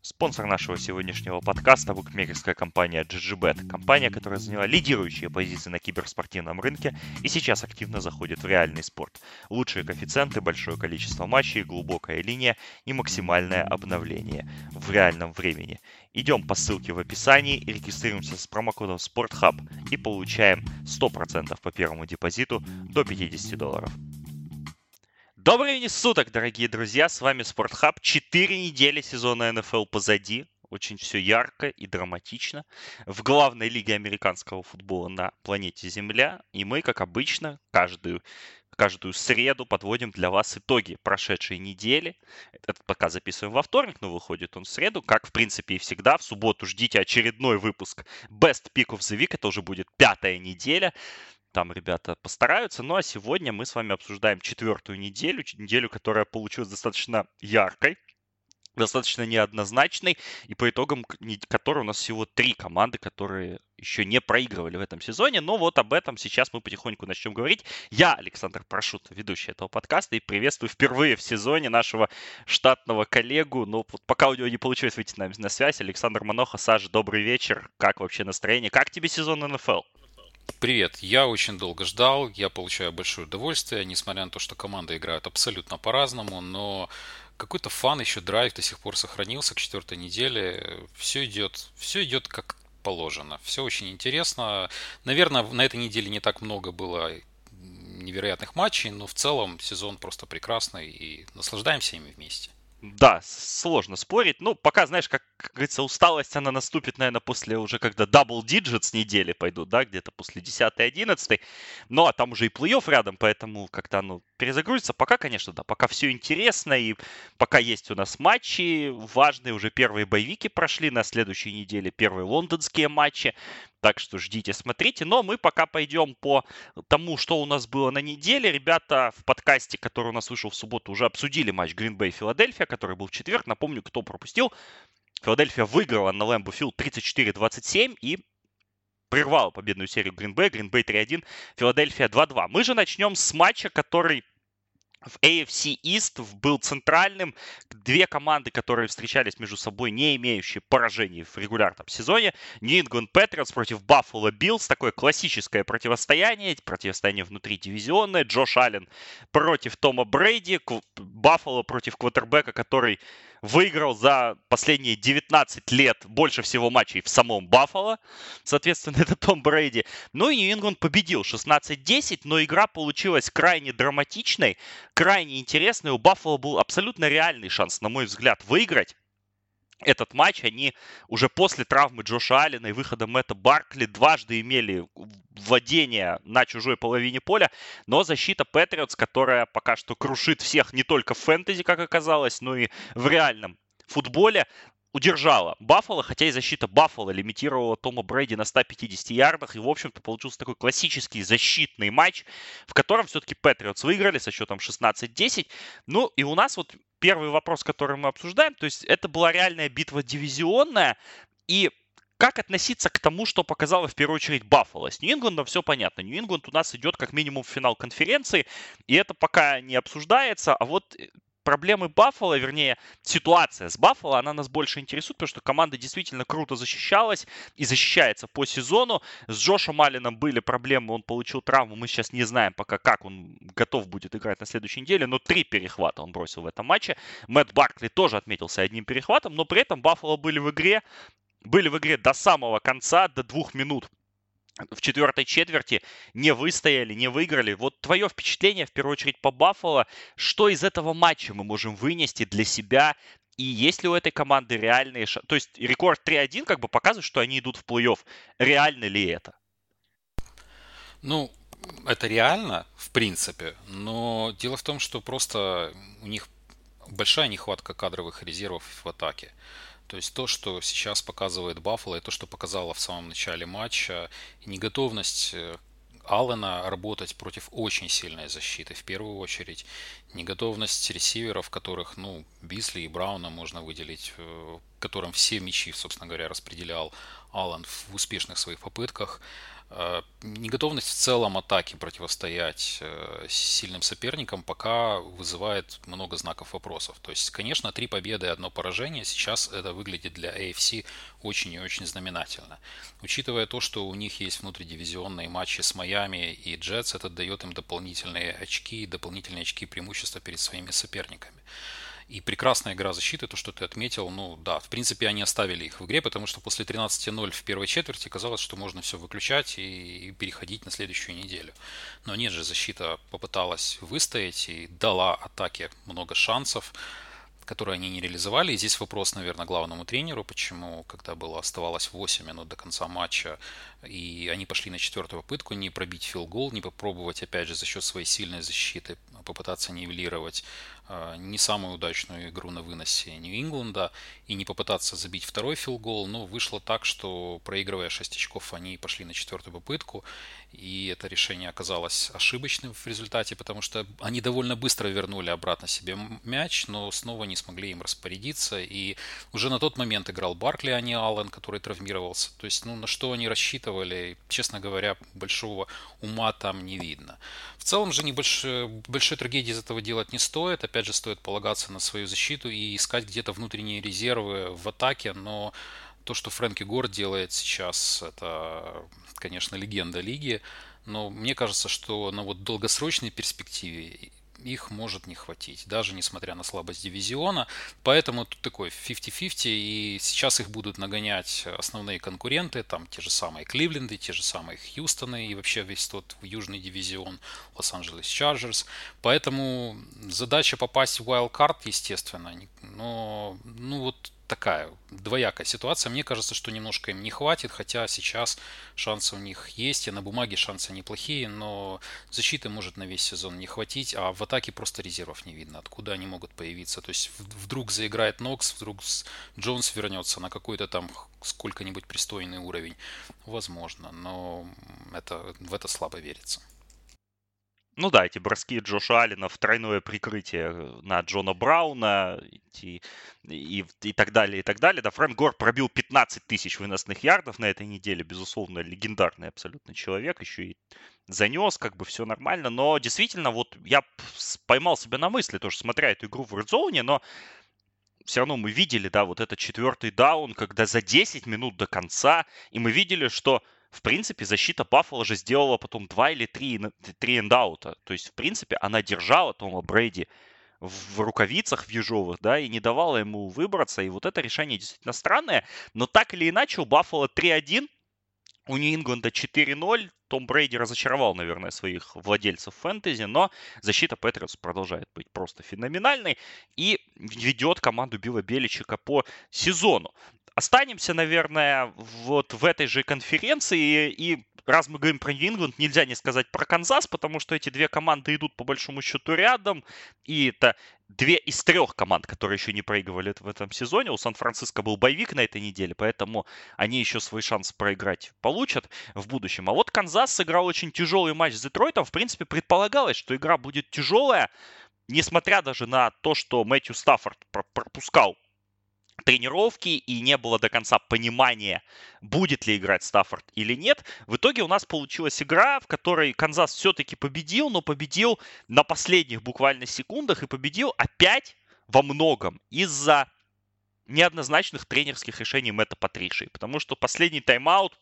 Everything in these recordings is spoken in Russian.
Спонсор нашего сегодняшнего подкаста – букмекерская компания GGBet. Компания, которая заняла лидирующие позиции на киберспортивном рынке и сейчас активно заходит в реальный спорт. Лучшие коэффициенты, большое количество матчей, глубокая линия и максимальное обновление в реальном времени. Идем по ссылке в описании, регистрируемся с промокодом SportHub и получаем 100% по первому депозиту до $50. Добрый день суток, дорогие друзья, с вами SportHub. 4 недели сезона НФЛ позади. Очень все ярко и драматично. В главной лиге американского футбола на планете Земля. И мы, как обычно, каждую среду подводим для вас итоги прошедшей недели. Этот пока записываем во вторник, но выходит он в среду. Как, в принципе, и всегда, в субботу ждите очередной выпуск Best Pick of the Week. Это уже будет 5-я неделя. Там ребята постараются. Ну а сегодня мы с вами обсуждаем 4-ю неделю, которая получилась достаточно яркой, достаточно неоднозначной, и по итогам которой у нас всего 3 команды, которые еще не проигрывали в этом сезоне. Но вот об этом сейчас мы потихоньку начнем говорить. Я, Александр Прошут, ведущий этого подкаста, и приветствую впервые в сезоне нашего штатного коллегу. Но вот пока у него не получилось выйти на связь, Александр Маноха. Саша, добрый вечер. Как вообще настроение? Как тебе сезон НФЛ? Привет, я очень долго ждал, я получаю большое удовольствие, несмотря на то, что команды играют абсолютно по-разному, но какой-то фан, еще драйв до сих пор сохранился к 4-й неделе, все идет как положено, все очень интересно. Наверное, на этой неделе не так много было невероятных матчей, но в целом сезон просто прекрасный и наслаждаемся ими вместе. Да, сложно спорить. Ну, пока, знаешь, как говорится, усталость, она наступит, наверное, после уже, когда double digits недели пойдут, да, где-то после 10-й, 11-й. Ну, а там уже и плей-офф рядом, поэтому как-то оно перезагрузится. Пока, конечно, да, пока все интересно, и пока есть у нас матчи, важные уже первые боевики прошли, на следующей неделе первые лондонские матчи. Так что ждите, смотрите. Но мы пока пойдем по тому, что у нас было на неделе. Ребята в подкасте, который у нас вышел в субботу, уже обсудили матч Green Bay-Филадельфия, который был в четверг. Напомню, кто пропустил. Филадельфия выиграла на Lambeau Field 34-27 и прервала победную серию Green Bay. Green Bay 3-1, Филадельфия 2-2. Мы же начнем с матча, который в AFC East был центральным. Две команды, которые встречались между собой, не имеющие поражений в регулярном сезоне. New England Patriots против Buffalo Bills. Такое классическое противостояние внутридивизионное. Джош Аллен против Тома Брейди. Баффало против квотербека, который выиграл за последние 19 лет больше всего матчей в самом Баффало. Соответственно, это Том Брейди. Ну и Нью-Ингланд победил 16-10, но игра получилась крайне драматичной, крайне интересной. У Баффало был абсолютно реальный шанс, на мой взгляд, выиграть этот матч. Они уже после травмы Джоша Аллена и выхода Мэтта Баркли дважды имели владение на чужой половине поля, но защита Патриотс, которая пока что крушит всех не только в фэнтези, как оказалось, но и в реальном футболе, удержала Баффало, хотя и защита Баффало лимитировала Тома Брейди на 150 ярдах. И, в общем-то, получился такой классический защитный матч, в котором все-таки Патриотс выиграли со счетом 16-10. Ну, и у нас вот первый вопрос, который мы обсуждаем, то есть это была реальная битва дивизионная. И как относиться к тому, что показала в первую очередь Баффало? С Нью-Ингландом все понятно. Нью-Ингланд у нас идет как минимум в финал конференции, и это пока не обсуждается. А вот проблемы Баффало, вернее, ситуация с Баффало, она нас больше интересует, потому что команда действительно круто защищалась и защищается по сезону. С Джошем Алленом были проблемы, он получил травму, мы сейчас не знаем пока, как он готов будет играть на следующей неделе, но 3 перехвата он бросил в этом матче. Мэтт Баркли тоже отметился одним перехватом, но при этом Баффало были в игре до самого конца, до 2 минут. В четвертой четверти не выстояли, не выиграли. Вот твое впечатление, в первую очередь, по Баффало. Что из этого матча мы можем вынести для себя? И есть ли у этой команды реальные шансы? То есть рекорд 3-1 как бы показывает, что они идут в плей-офф. Реально ли это? Ну, это реально, в принципе, но дело в том, что просто у них большая нехватка кадровых резервов в атаке. То есть то, что сейчас показывает Баффало, и то, что показала в самом начале матча, и неготовность Аллена работать против очень сильной защиты, в первую очередь, неготовность ресиверов, которых, ну, Бисли и Брауна можно выделить, которым все мячи, собственно говоря, распределял Аллен в успешных своих попытках. Неготовность в целом атаки противостоять сильным соперникам пока вызывает много знаков вопросов. То есть, конечно, 3 победы и 1 поражение сейчас это выглядит для AFC очень и очень знаменательно. Учитывая то, что у них есть внутридивизионные матчи с Майами и Джетс, это дает им дополнительные очки преимущества перед своими соперниками. И прекрасная игра защиты, то, что ты отметил, ну да, в принципе, они оставили их в игре, потому что после 13-0 в первой четверти казалось, что можно все выключать и переходить на следующую неделю. Но нет же, защита попыталась выстоять и дала атаке много шансов, которые они не реализовали. И здесь вопрос, наверное, главному тренеру, почему, когда оставалось 8 минут до конца матча, и они пошли на 4-ю попытку, не пробить филгол, не попробовать, опять же, за счет своей сильной защиты попытаться нивелировать не самую удачную игру на выносе Нью-Ингланда и не попытаться забить второй филгол, но вышло так, что проигрывая 6 очков, они пошли на 4-ю попытку, и это решение оказалось ошибочным в результате, потому что они довольно быстро вернули обратно себе мяч, но снова не смогли им распорядиться, и уже на тот момент играл Баркли, а не Аллен, который травмировался. То есть, ну, на что они рассчитывали, честно говоря, большого ума там не видно. В целом же большой трагедии из этого делать не стоит. Опять же, стоит полагаться на свою защиту и искать где-то внутренние резервы в атаке, но то, что Фрэнки Гор делает сейчас, это, конечно, легенда лиги, но мне кажется, что на вот долгосрочной перспективе их может не хватить, даже несмотря на слабость дивизиона. Поэтому тут такой 50-50, и сейчас их будут нагонять основные конкуренты, там те же самые Кливленды, те же самые Хьюстоны и вообще весь тот южный дивизион Лос-Анджелес Чарджерс. Поэтому задача попасть в wildcard, естественно, но ну вот такая двоякая ситуация. Мне кажется, что немножко им не хватит, хотя сейчас шансы у них есть, и на бумаге шансы неплохие, но защиты может на весь сезон не хватить, а в атаке просто резервов не видно, откуда они могут появиться. То есть вдруг заиграет Нокс, вдруг Джонс вернется на какой-то там сколько-нибудь пристойный уровень. Возможно, но в это слабо верится. Ну да, эти броски Джоша Аллена в тройное прикрытие на Джона Брауна и так далее, и так далее. Да, Фрэнк Гор пробил 15 тысяч выносных ярдов на этой неделе. Безусловно, легендарный абсолютно человек. Еще и занес, как бы все нормально. Но действительно, вот я поймал себя на мысли, тоже смотря эту игру в Red Zone, но все равно мы видели, да, вот этот 4-й даун, когда за 10 минут до конца, и мы видели, что в принципе, защита Баффало же сделала потом 2 или 3 эндаута. То есть, в принципе, она держала Тома Брейди в рукавицах в ежовых, да, и не давала ему выбраться. И вот это решение действительно странное. Но так или иначе, у Баффало 3-1, у Нью-Ингланда 4-0. Том Брейди разочаровал, наверное, своих владельцев фэнтези, но защита Патриотс продолжает быть просто феноменальной и ведет команду Билла Беличика по сезону. Останемся, наверное, вот в этой же конференции. И раз мы говорим про Нью-Ингланд, нельзя не сказать про Канзас, потому что эти две команды идут по большому счету рядом. И это 2 из 3 команд, которые еще не проигрывали в этом сезоне. У Сан-Франциско был боевик на этой неделе, поэтому они еще свой шанс проиграть получат в будущем. А вот Канзас сыграл очень тяжелый матч с Детройтом. В принципе, предполагалось, что игра будет тяжелая, несмотря даже на то, что Мэтью Стаффорд пропускал тренировки и не было до конца понимания, будет ли играть Стаффорд или нет. В итоге у нас получилась игра, в которой Канзас все-таки победил, но победил на последних буквально секундах и победил опять во многом из-за неоднозначных тренерских решений Мэтта Патриши. Потому что последний тайм-аут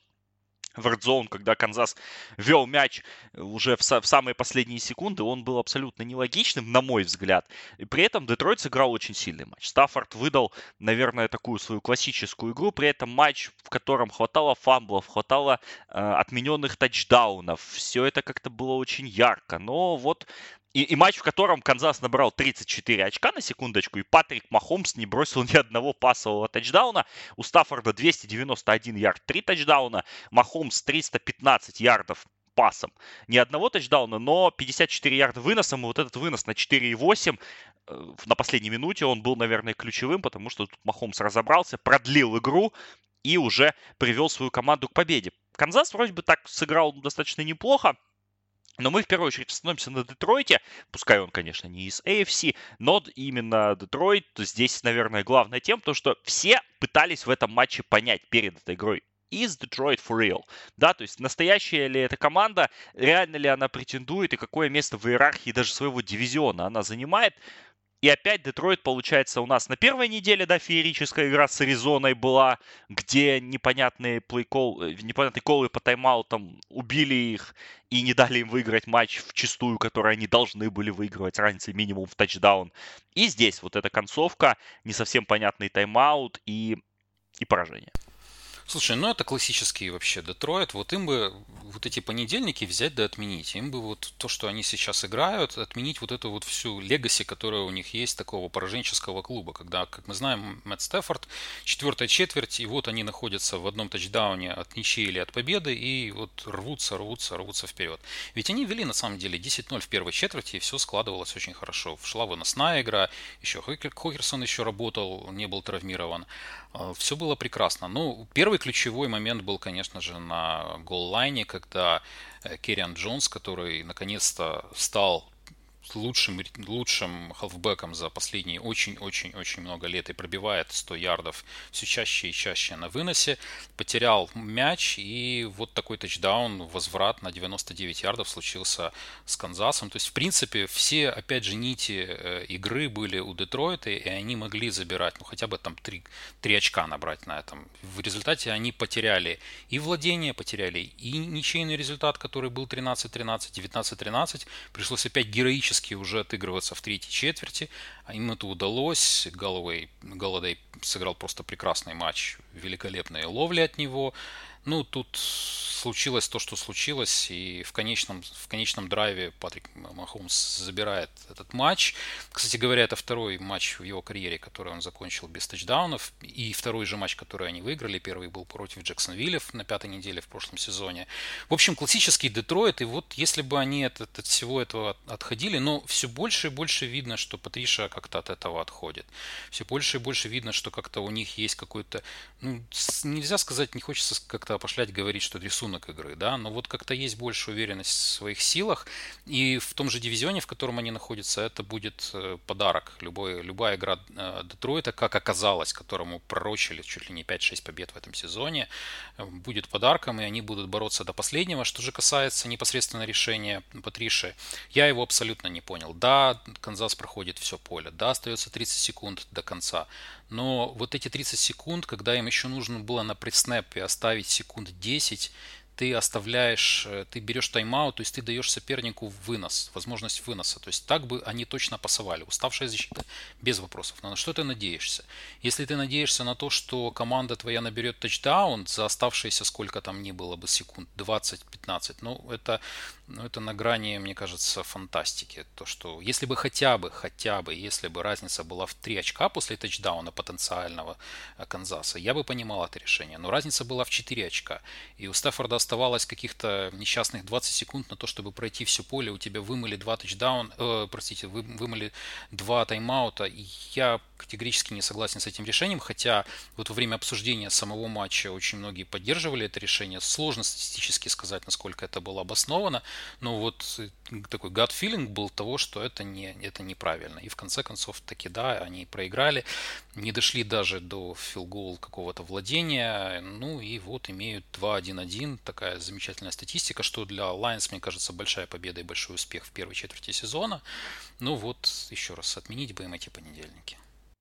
в Red Zone, когда Канзас вел мяч уже в самые последние секунды, он был абсолютно нелогичным, на мой взгляд. И при этом Детройт сыграл очень сильный матч. Стаффорд выдал, наверное, такую свою классическую игру. При этом матч, в котором хватало фамблов, хватало отмененных тачдаунов. Все это как-то было очень ярко. Но вот и матч, в котором Канзас набрал 34 очка на секундочку, и Патрик Махомс не бросил ни одного пасового тачдауна. У Стаффорда 291 ярд, 3 тачдауна. Махомс 315 ярдов пасом. Ни одного тачдауна, но 54 ярда выносом. И вот этот вынос на 4,8 на последней минуте, он был, наверное, ключевым, потому что тут Махомс разобрался, продлил игру и уже привел свою команду к победе. Канзас вроде бы так сыграл достаточно неплохо. Но мы в первую очередь остановимся на Детройте. Пускай он, конечно, не из AFC, но именно Детройт. Здесь, наверное, главная тема, то, что все пытались в этом матче понять перед этой игрой is Detroit for real? Да, то есть настоящая ли эта команда, реально ли она претендует и какое место в иерархии даже своего дивизиона она занимает. И опять Детройт, получается, у нас на первой неделе, да, феерическая игра с Аризоной была, где непонятные непонятные колы по тайм-аутам убили их и не дали им выиграть матч вчистую, который они должны были выигрывать разницей минимум в тачдаун. И здесь вот эта концовка, не совсем понятный тайм-аут и поражение. Слушай, ну это классический вообще Детройт. Вот им бы вот эти понедельники взять да отменить. Им бы вот то, что они сейчас играют, отменить вот эту вот всю легаси, которая у них есть, такого пораженческого клуба. Когда, как мы знаем, Мэтт Стефорд, четвертая четверть, и вот они находятся в одном тачдауне от ничьей или от победы, и вот рвутся вперед. Ведь они вели на самом деле 10-0 в первой четверти, и все складывалось очень хорошо. Шла выносная игра, еще Хокерсон еще работал, не был травмирован. Все было прекрасно. Ну, первый ключевой момент был, конечно же, на голлайне, когда Керриан Джонс, который наконец-то стал лучшим халфбеком за последние очень-очень-очень много лет и пробивает 100 ярдов все чаще и чаще на выносе, потерял мяч, и вот такой тачдаун, возврат на 99 ярдов случился с Канзасом. То есть, в принципе, все, опять же, нити игры были у Детройта, и они могли забирать, ну, хотя бы там 3 очка набрать на этом. В результате они потеряли и владение, потеряли и ничейный результат, который был 13-13, 19-13. Пришлось опять героически уже отыгрываться в третьей четверти. Им это удалось. Голладей сыграл просто прекрасный матч. Великолепные ловли от него. Ну, тут случилось то, что случилось, и в конечном драйве Патрик Махомс забирает этот матч. Кстати говоря, это второй матч в его карьере, который он закончил без тачдаунов, и второй же матч, который они выиграли. Первый был против Джексонвилля на 5-й неделе в прошлом сезоне. В общем, классический Детройт, и вот если бы они от всего этого отходили, но все больше и больше видно, что Патриша как-то от этого отходит. Все больше и больше видно, что как-то у них есть какой-то, ну, нельзя сказать, не хочется как-то опошлять говорить, что рисунок игры, да, но вот как-то есть больше уверенность в своих силах, и в том же дивизионе, в котором они находятся, это будет подарок. Любая игра Детройта, как оказалось, которому пророчили чуть ли не 5-6 побед в этом сезоне, будет подарком, и они будут бороться до последнего. Что же касается непосредственно решения Патриши, я его абсолютно не понял. Да, Канзас проходит все поле, да, остается 30 секунд до конца, но вот эти 30 секунд, когда им еще нужно было на предснэпе оставить секунд 10, ты берешь тайм-аут, то есть ты даешь сопернику вынос, возможность выноса. То есть так бы они точно пасовали. Уставшая защита без вопросов. Но на что ты надеешься? Если ты надеешься на то, что команда твоя наберет тачдаун за оставшиеся сколько там ни было бы секунд, 20-15, это на грани, мне кажется, фантастики. То, что если бы если бы разница была в 3 очка после тачдауна потенциального Канзаса, я бы понимал это решение. Но разница была в 4 очка. И у Стефорда оставалось каких-то несчастных 20 секунд на то, чтобы пройти все поле. У тебя вымыли 2 вымыли 2 тайм-аута. И я категорически не согласен с этим решением, хотя вот во время обсуждения самого матча очень многие поддерживали это решение. Сложно статистически сказать, насколько это было обосновано, но вот такой gut feeling был того, что это неправильно. И в конце концов, таки да, они проиграли, не дошли даже до филгол какого-то владения, ну и вот имеют 2-1-1, такая замечательная статистика, что для Lions, мне кажется, большая победа и большой успех в первой четверти сезона. Ну вот, еще раз, отменить бы им эти понедельники.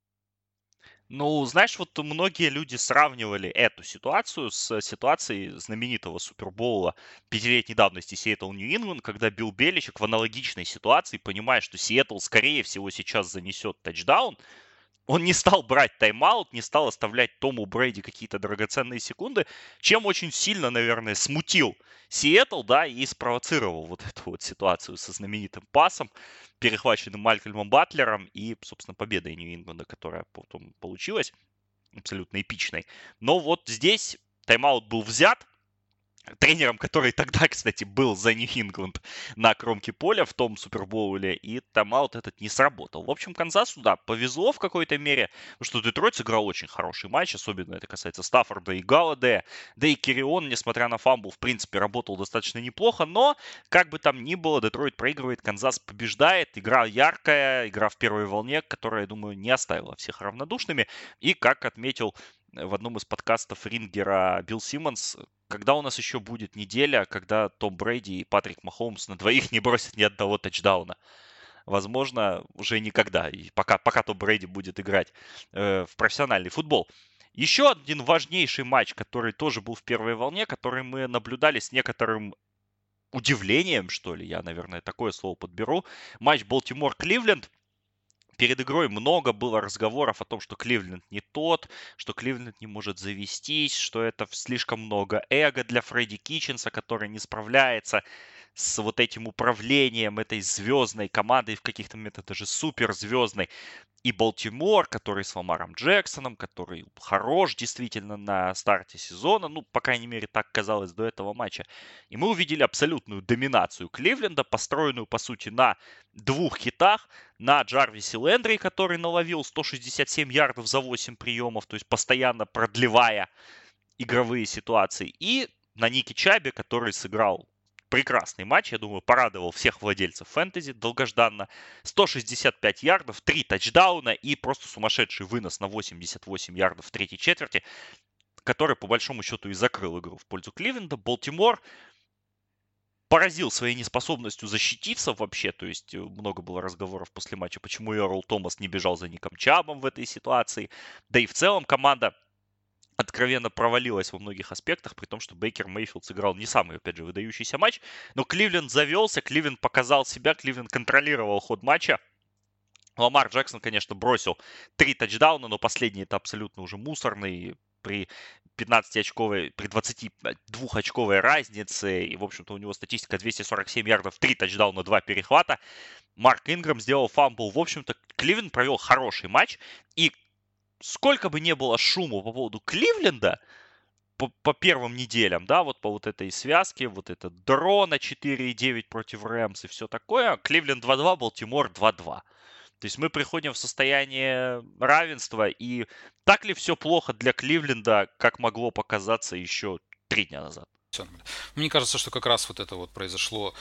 Ну, знаешь, вот многие люди сравнивали эту ситуацию с ситуацией знаменитого Супербоула пятилетней давности Сиэтл Нью-Ингланд, когда Билл Беличек в аналогичной ситуации, понимая, что Сиэтл, скорее всего, сейчас занесет тачдаун, он не стал брать тайм-аут, не стал оставлять Тому Брейди какие-то драгоценные секунды, чем очень сильно, наверное, смутил Сиэтл, да, и спровоцировал вот эту вот ситуацию со знаменитым пасом, перехваченным Малькольмом Батлером и, собственно, победой Нью-Ингланда, которая потом получилась абсолютно эпичной. Но вот здесь тайм-аут был взят, тренером, который тогда, кстати, был за Нью-Ингланд на кромке поля в том Супербоуле, и тайм-аут этот не сработал. В общем, Канзасу, да, повезло в какой-то мере, потому что Детройт сыграл очень хороший матч, особенно это касается Стаффорда и Галладея, да и Керрион, несмотря на фамбл, в принципе, работал достаточно неплохо, но, как бы там ни было, Детройт проигрывает, Канзас побеждает, игра яркая, игра в первой волне, которая, я думаю, не оставила всех равнодушными, и, как отметил в одном из подкастов Рингера Билл Симмонс, когда у нас еще будет неделя, когда Том Брэди и Патрик Махомс на двоих не бросят ни одного тачдауна. Возможно, уже никогда, и пока Том Брэди будет играть в профессиональный футбол. Еще один важнейший матч, который тоже был в первой волне, который мы наблюдали с некоторым удивлением, что ли, я, наверное, такое слово подберу. Матч Балтимор-Кливленд. Перед игрой много было разговоров о том, что Кливленд не тот, что Кливленд не может завестись, что это слишком много эго для Фредди Китченса, который не справляется с вот этим управлением этой звездной командой, в каких-то моментах даже суперзвездной. И Балтимор, который с Ламаром Джексоном, который хорош действительно на старте сезона, ну, по крайней мере, так казалось до этого матча. И мы увидели абсолютную доминацию Кливленда, построенную, по сути, на двух хитах. На Джарвисе Лэндри, который наловил 167 ярдов за 8 приемов, то есть постоянно продлевая игровые ситуации. И на Нике Чабе, который сыграл прекрасный матч, я думаю, порадовал всех владельцев фэнтези долгожданно. 165 ярдов, 3 тачдауна и просто сумасшедший вынос на 88 ярдов в третьей четверти, который по большому счету и закрыл игру в пользу Кливленда. Балтимор поразил своей неспособностью защититься вообще, то есть много было разговоров после матча, почему Эрл Томас не бежал за Ником Чабом в этой ситуации. Да и в целом команда откровенно провалилась во многих аспектах, при том, что Бейкер Мейфилд сыграл не самый, опять же, выдающийся матч. Но Кливленд завелся, Кливленд показал себя, Кливленд контролировал ход матча. Ламар Джексон, конечно, бросил 3 тачдауна, но последний это абсолютно уже мусорный при 15-очковой, при 22-очковой разнице. И, в общем-то, у него статистика 247 ярдов, 3 тачдауна, 2 перехвата. Марк Инграм сделал фамбл. В общем-то, Кливленд провел хороший матч. И сколько бы не было шума по поводу Кливленда по первым неделям, да, вот по вот этой связке, вот это дрона 4,9 против Рэмс и все такое, Кливленд 2-2, Балтимор 2-2. То есть мы приходим в состояние равенства, и так ли все плохо для Кливленда, как могло показаться еще 3 дня назад? Мне кажется, что как раз вот это вот произошло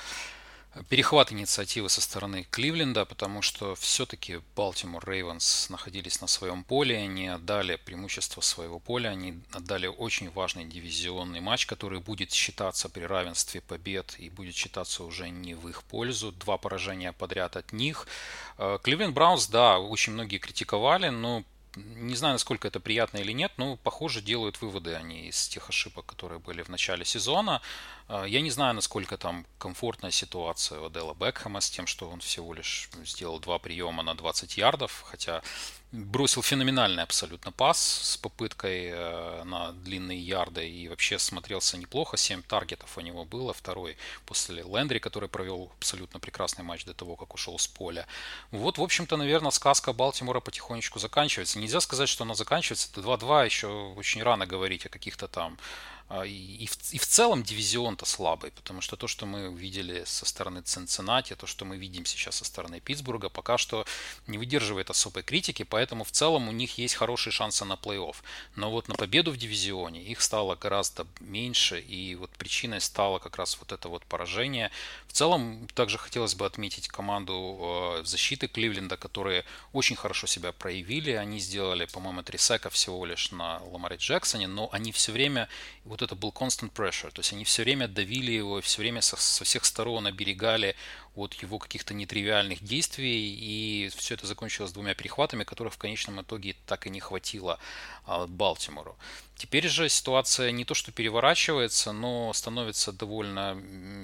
перехват инициативы со стороны Кливленда, потому что все-таки Балтимор Рейвенс находились на своем поле, они отдали преимущество своего поля, они отдали очень важный дивизионный матч, который будет считаться при равенстве побед и будет считаться уже не в их пользу. 2 поражения подряд от них. Кливленд Браунс, да, очень многие критиковали, но не знаю, насколько это приятно или нет, но, похоже, делают выводы они из тех ошибок, которые были в начале сезона. Я не знаю, насколько там комфортная ситуация у Оделла Бекхэма с тем, что он всего лишь сделал 2 приема на 20 ярдов, хотя бросил феноменальный абсолютно пас с попыткой на длинные ярды и вообще смотрелся неплохо. 7 таргетов у него было. Второй после Лэндри, который провел абсолютно прекрасный матч до того, как ушел с поля. Вот, в общем-то, наверное, сказка Балтимора потихонечку заканчивается. Нельзя сказать, что она заканчивается. Это 2-2, еще очень рано говорить о каких-то там. И в целом дивизион-то слабый, потому что то, что мы видели со стороны Цинциннати, то, что мы видим сейчас со стороны Питтсбурга, пока что не выдерживает особой критики, поэтому в целом у них есть хорошие шансы на плей-офф. Но вот на победу в дивизионе их стало гораздо меньше, и вот причиной стало как раз вот это вот поражение. В целом, также хотелось бы отметить команду защиты Кливленда, которые очень хорошо себя проявили. Они сделали, по-моему, 3 сека всего лишь на Ламаре Джексоне, но они все время, вот это был constant pressure, то есть они все время давили его, все время со всех сторон оберегали от его каких-то нетривиальных действий, и все это закончилось 2 перехватами, которых в конечном итоге так и не хватило Балтимору. Теперь же ситуация не то что переворачивается, но становится довольно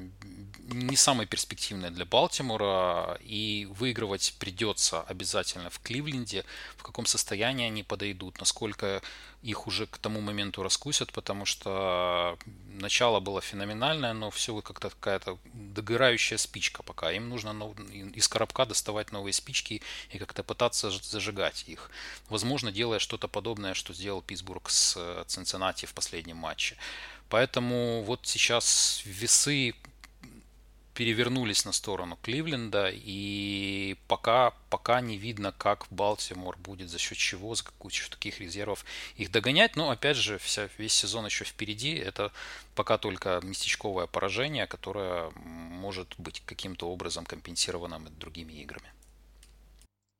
не самой перспективной для Балтимора, и выигрывать придется обязательно в Кливленде. В каком состоянии они подойдут, насколько их уже к тому моменту раскусят, потому что начало было феноменальное, но все как-то какая-то догорающая спичка пока. Им нужно из коробка доставать новые спички и как-то пытаться зажигать их. Возможно, делая что-то подобное, что сделал Питтсбург с Цинциннати в последнем матче. Поэтому вот сейчас весы перевернулись на сторону Кливленда, и пока не видно, как Балтимор будет, за счет чего, за каких резервов их догонять. Но опять же, весь сезон еще впереди. Это пока только местечковое поражение, которое может быть каким-то образом компенсировано другими играми.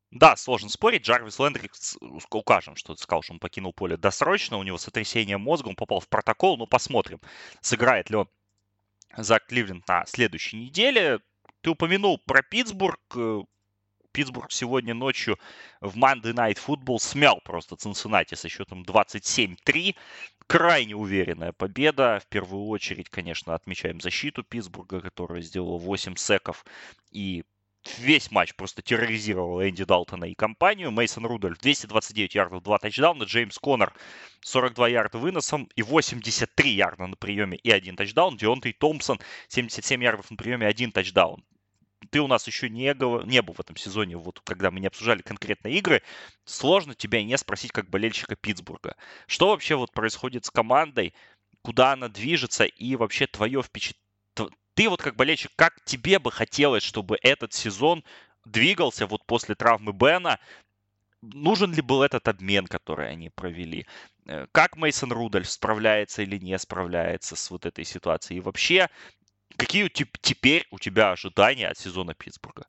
Да, сложно спорить. Джарвис Лэндри, укажем, что ты сказал, что он покинул поле досрочно, у него сотрясение мозга, он попал в протокол. Ну, посмотрим, сыграет ли он за Кливленд на следующей неделе. Ты упомянул про Питтсбург. Питтсбург сегодня ночью в Monday Night Football смял просто Цинциннати со счетом 27-3. Крайне уверенная победа. В первую очередь, конечно, отмечаем защиту Питтсбурга, которая сделала 8 секов и весь матч просто терроризировал Энди Далтона и компанию. Мейсон Рудольф 229 ярдов, 2 тачдауна. Джеймс Коннор 42 ярда выносом и 83 ярда на приеме и 1 тачдаун. Деонтей Томпсон 77 ярдов на приеме, 1 тачдаун. Ты у нас еще не был в этом сезоне, вот когда мы не обсуждали конкретно игры, сложно тебя не спросить как болельщика Питтсбурга. Что вообще вот происходит с командой, куда она движется и вообще твое впечатление? Ты вот как болельщик, как тебе бы хотелось, чтобы этот сезон двигался вот после травмы Бена? Нужен ли был этот обмен, который они провели? Как Мейсон Рудольф справляется или не справляется с вот этой ситуацией? И вообще, какие теперь у тебя ожидания от сезона Питтсбурга?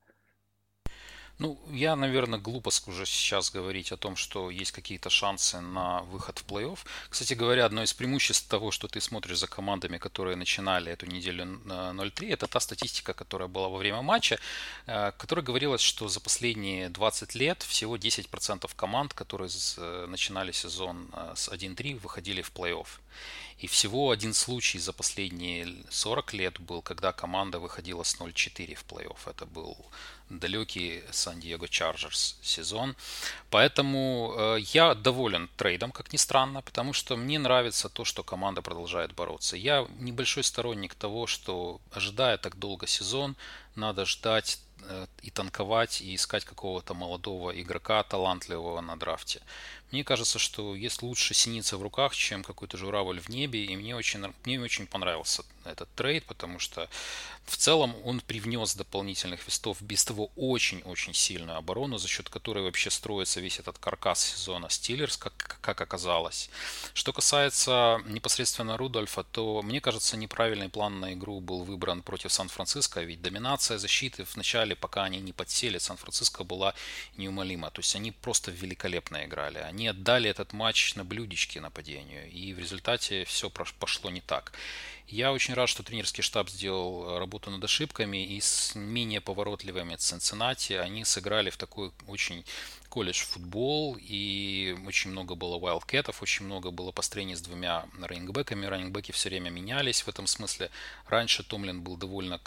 Ну, я, наверное, глупо уже сейчас говорить о том, что есть какие-то шансы на выход в плей-офф. Кстати говоря, одно из преимуществ того, что ты смотришь за командами, которые начинали эту неделю на 0-3, это та статистика, которая была во время матча, которая говорилось, что за последние 20 лет всего 10% команд, которые начинали сезон с 1-3, выходили в плей-офф. И всего один случай за последние 40 лет был, когда команда выходила с 0-4 в плей-офф. Это был далекий Сан-Диего Чарджерс сезон. Поэтому я доволен трейдом, как ни странно, потому что мне нравится то, что команда продолжает бороться. Я небольшой сторонник того, что, ожидая так долго сезон, надо ждать и танковать, и искать какого-то молодого игрока, талантливого на драфте. Мне кажется, что есть лучше синица в руках, чем какой-то журавль в небе, и мне очень понравился этот трейд, потому что в целом он привнес дополнительных вестов без того очень-очень сильную оборону, за счет которой вообще строится весь этот каркас сезона Стиллерс, как оказалось. Что касается непосредственно Рудольфа, то мне кажется, неправильный план на игру был выбран против Сан-Франциско, ведь доминация защиты в начале, пока они не подсели, Сан-Франциско была неумолима. То есть они просто великолепно играли. Они отдали этот матч на блюдечке нападению, и в результате все пошло не так. Я очень рад, что тренерский штаб сделал работу над ошибками, и с менее поворотливыми Цинциннати они сыграли в такой очень колледж футбол, и очень много было вайлдкетов, очень много было построений с двумя раннингбеками. Раннингбеки все время менялись в этом смысле. Раньше Томлин был довольно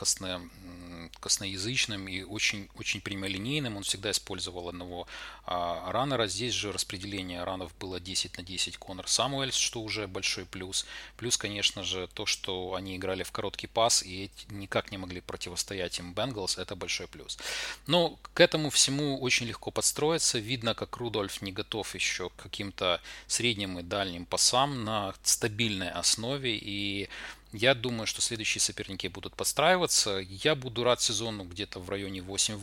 косноязычным и очень прямолинейным. Он всегда использовал одного раннера. Здесь же распределение ранов было 10 на 10 Конор Самуэльс, что уже большой плюс. Плюс, конечно же, то, что они играли в короткий пас и никак не могли противостоять им Бенгалс, это большой плюс. Но к этому всему очень легко подстроиться. Видно, как Рудольф не готов еще к каким-то средним и дальним пасам на стабильной основе. И я думаю, что следующие соперники будут подстраиваться. Я буду рад сезону где-то в районе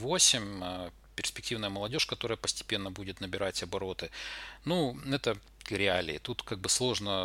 8-8. Перспективная молодежь, которая постепенно будет набирать обороты. Ну, это реалии. Тут как бы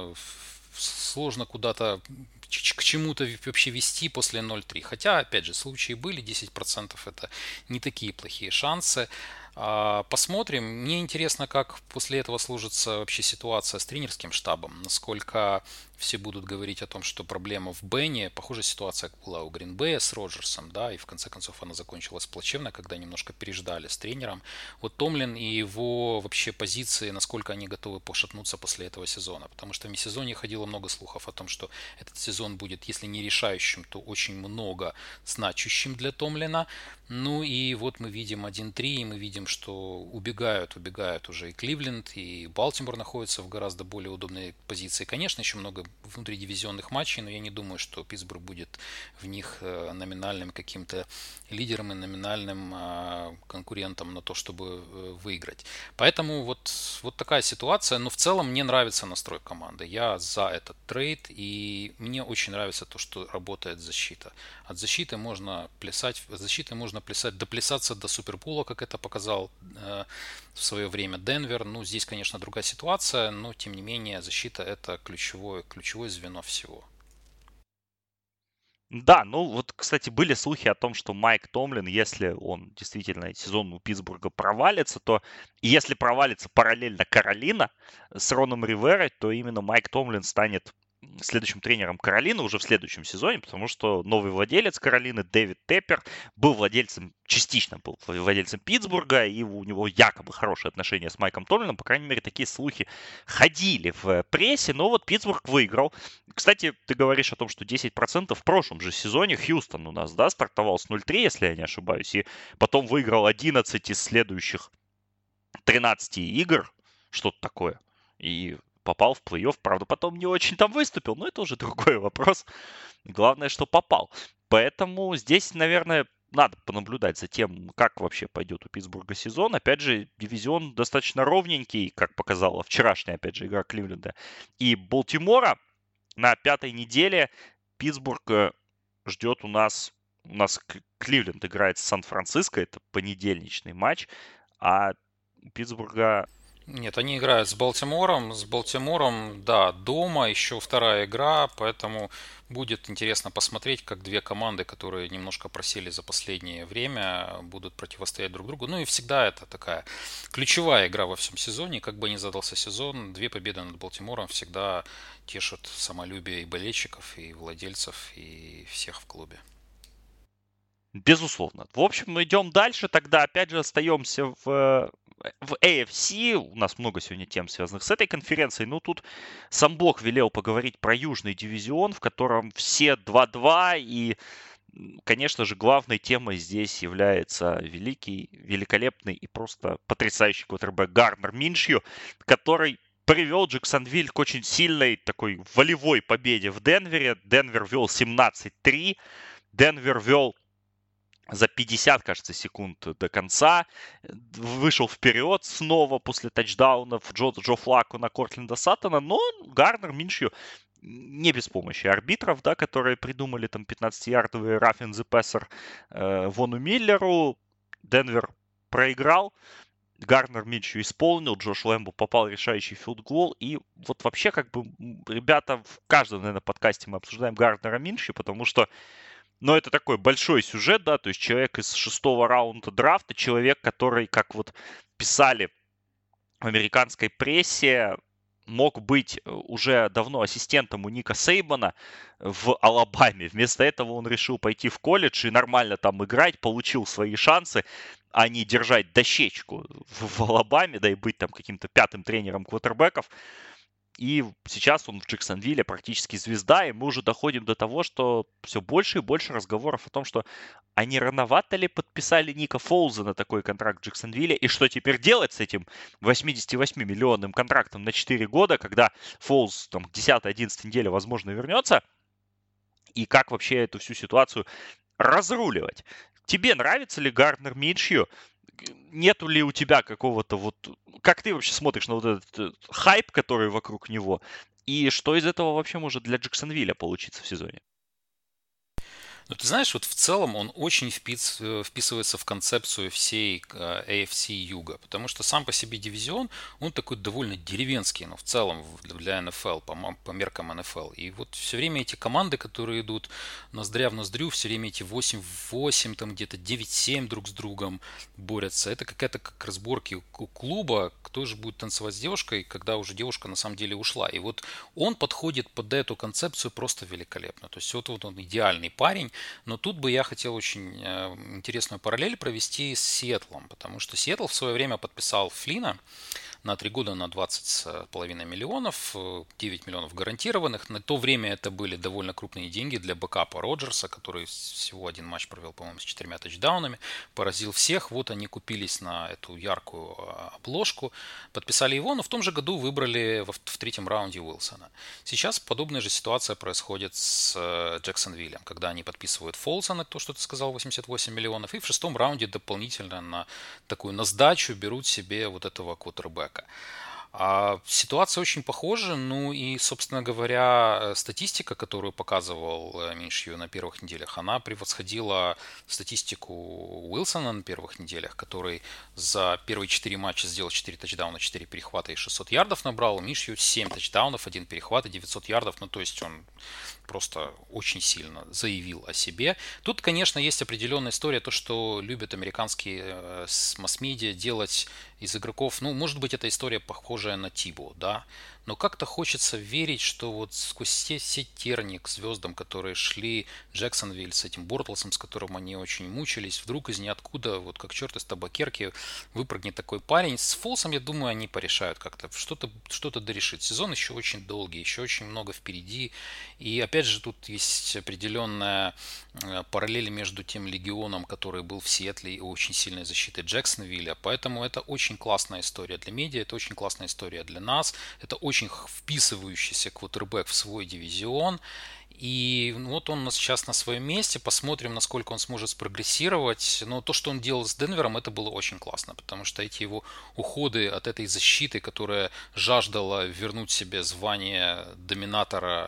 сложно куда-то к чему-то вообще вести после 0-3. Хотя, опять же, случаи были, 10% это не такие плохие шансы. Посмотрим. Мне интересно, как после этого сложится вообще ситуация с тренерским штабом. Насколько все будут говорить о том, что проблема в Бене. Похожая ситуация была у Гринбея с Роджерсом, да, и в конце концов она закончилась плачевно, когда немножко переждали с тренером. Вот Томлин и его вообще позиции, насколько они готовы пошатнуться после этого сезона. Потому что в межсезонье ходило много слухов о том, что этот сезон будет, если не решающим, то очень много значащим для Томлина. Ну и вот мы видим 1-3, и мы видим, что убегают уже и Кливленд, и Балтимор находится в гораздо более удобной позиции. Конечно, еще много внутридивизионных матчей, но я не думаю, что Питтсбург будет в них номинальным каким-то лидером и номинальным конкурентом на то, чтобы выиграть. Поэтому вот такая ситуация. Но в целом мне нравится настрой команды. Я за этот трейд, и мне очень нравится то, что работает защита. От защиты можно плясать, доплясаться до Супербола, как это показал в свое время Денвер. Ну, здесь, конечно, другая ситуация, но, тем не менее, защита – это ключевое звено всего. Да, ну вот, кстати, были слухи о том, что Майк Томлин, если он действительно сезон у Питтсбурга провалится, то и если провалится параллельно Каролина с Роном Риверой, то именно Майк Томлин станет следующим тренером Каролины уже в следующем сезоне, потому что новый владелец Каролины, Дэвид Теппер, был владельцем, частично был владельцем Питтсбурга, и у него якобы хорошие отношения с Майком Томлином, по крайней мере, такие слухи ходили в прессе, но вот Питтсбург выиграл. Кстати, ты говоришь о том, что 10% в прошлом же сезоне Хьюстон у нас, да, стартовал с 0-3, если я не ошибаюсь, и потом выиграл 11 из следующих 13 игр, что-то такое, и попал в плей-офф. Правда, потом не очень там выступил, но это уже другой вопрос. Главное, что попал. Поэтому здесь, наверное, надо понаблюдать за тем, как вообще пойдет у Питтсбурга сезон. Опять же, дивизион достаточно ровненький, как показала вчерашняя, опять же, игра Кливленда и Балтимора. На пятой неделе Питтсбург ждет у нас Кливленд играет с Сан-Франциско, это понедельничный матч, а у Питтсбурга... Нет, они играют с Балтимором. С Балтимором, да, дома, еще вторая игра, поэтому будет интересно посмотреть, как две команды, которые немножко просели за последнее время, будут противостоять друг другу. Ну и всегда это такая ключевая игра во всем сезоне. Как бы ни задался сезон, две победы над Балтимором всегда тешат самолюбие и болельщиков, и владельцев, и всех в клубе. Безусловно. В общем, мы идем дальше. Тогда опять же остаемся в AFC. У нас много сегодня тем, связанных с этой конференцией. Ну, тут сам Бог велел поговорить про Южный дивизион, в котором все 2-2. И, конечно же, главной темой здесь является великий, великолепный и просто потрясающий квотербек Гарнер Миншью, который привел Джексонвиль к очень сильной такой волевой победе в Денвере. Денвер вел 17-3. Денвер вел за 50, кажется, секунд до конца. Вышел вперед снова после тачдаунов Джо Флако на Кортленда Саттона, но Гарнер Миншью не без помощи арбитров, да, которые придумали там 15-ярдовый rough in the passer Вону Миллеру. Денвер проиграл. Гарнер Миншью исполнил, Джош Лэмбо попал в решающий филд-гол. И вот вообще как бы, ребята, в каждом, наверное, подкасте мы обсуждаем Гарнера Миншью, потому что но это такой большой сюжет, да, то есть человек из 6-го раунда драфта, человек, который, как вот писали в американской прессе, мог быть уже давно ассистентом у Ника Сейбана в Алабаме. Вместо этого он решил пойти в колледж и нормально там играть, получил свои шансы, а не держать дощечку в Алабаме, да и быть там каким-то пятым тренером квотербеков. И сейчас он в Джексонвилле практически звезда, и мы уже доходим до того, что все больше и больше разговоров о том, что а не рановато ли подписали Ника Фолза на такой контракт в Джексонвилле, и что теперь делать с этим 88-миллионным контрактом на 4 года, когда Фолз там к 10-11 неделе, возможно, вернется, и как вообще эту всю ситуацию разруливать. Тебе нравится ли Гарднер Миншью? Нету ли у тебя какого-то вот... Как ты вообще смотришь на вот этот хайп, который вокруг него? И что из этого вообще может для Джексонвилля получиться в сезоне? Ну, ты знаешь, вот в целом он очень вписывается в концепцию всей AFC Юга, потому что сам по себе дивизион, он такой довольно деревенский, но в целом для НФЛ, по меркам НФЛ. И вот все время эти команды, которые идут ноздря в ноздрю, все время эти 8-8, там где-то 9-7 друг с другом борются. Это какая-то как разборки у клуба, кто же будет танцевать с девушкой, когда уже девушка на самом деле ушла. И вот он подходит под эту концепцию просто великолепно. То есть вот он идеальный парень. Но тут бы я хотел очень интересную параллель провести с Сиэтлом, потому что Сиэтл в свое время подписал Флина на 3 года на 20,5 миллионов, 9 миллионов гарантированных. На то время это были довольно крупные деньги для бэкапа Роджерса, который всего один матч провел, по-моему, с 4 тачдаунами, поразил всех. Вот они купились на эту яркую обложку, подписали его, но в том же году выбрали в третьем раунде Уилсона. Сейчас подобная же ситуация происходит с Джексонвиллем, когда они подписывают Фолсона, то, что ты сказал, 88 миллионов, и в шестом раунде дополнительно на такую на сдачу берут себе вот этого квотербека. Ситуация очень похожа, ну и, собственно говоря, статистика, которую показывал Миншью на первых неделях, она превосходила статистику Уилсона на первых неделях, который за первые 4 матча сделал 4 тачдауна, 4 перехвата и 600 ярдов набрал. Миншью 7 тачдаунов, 1 перехват и 900 ярдов, ну то есть он просто очень сильно заявил о себе. Тут, конечно, есть определенная история, то, что любят американские масс-медиа делать из игроков, ну, может быть, эта история похожая на Тибо, да, но как-то хочется верить, что вот сквозь все тернии к звездам, которые шли Джексонвиль с этим Бортлсом, с которым они очень мучились, вдруг из ниоткуда, вот как черт из табакерки, выпрыгнет такой парень. С Фолсом, я думаю, они порешают как-то, что-то дорешит. Сезон еще очень долгий, еще очень много впереди. И опять же, тут есть определенная параллель между тем легионом, который был в Сиэтле, и очень сильной защитой Джексонвилля. Поэтому это очень классная история для медиа, это очень классная история для нас. Это очень вписывающийся квотербек в свой дивизион. И вот он сейчас на своем месте. Посмотрим, насколько он сможет спрогрессировать. Но то, что он делал с Денвером, это было очень классно. Потому что эти его уходы от этой защиты, которая жаждала вернуть себе звание доминатора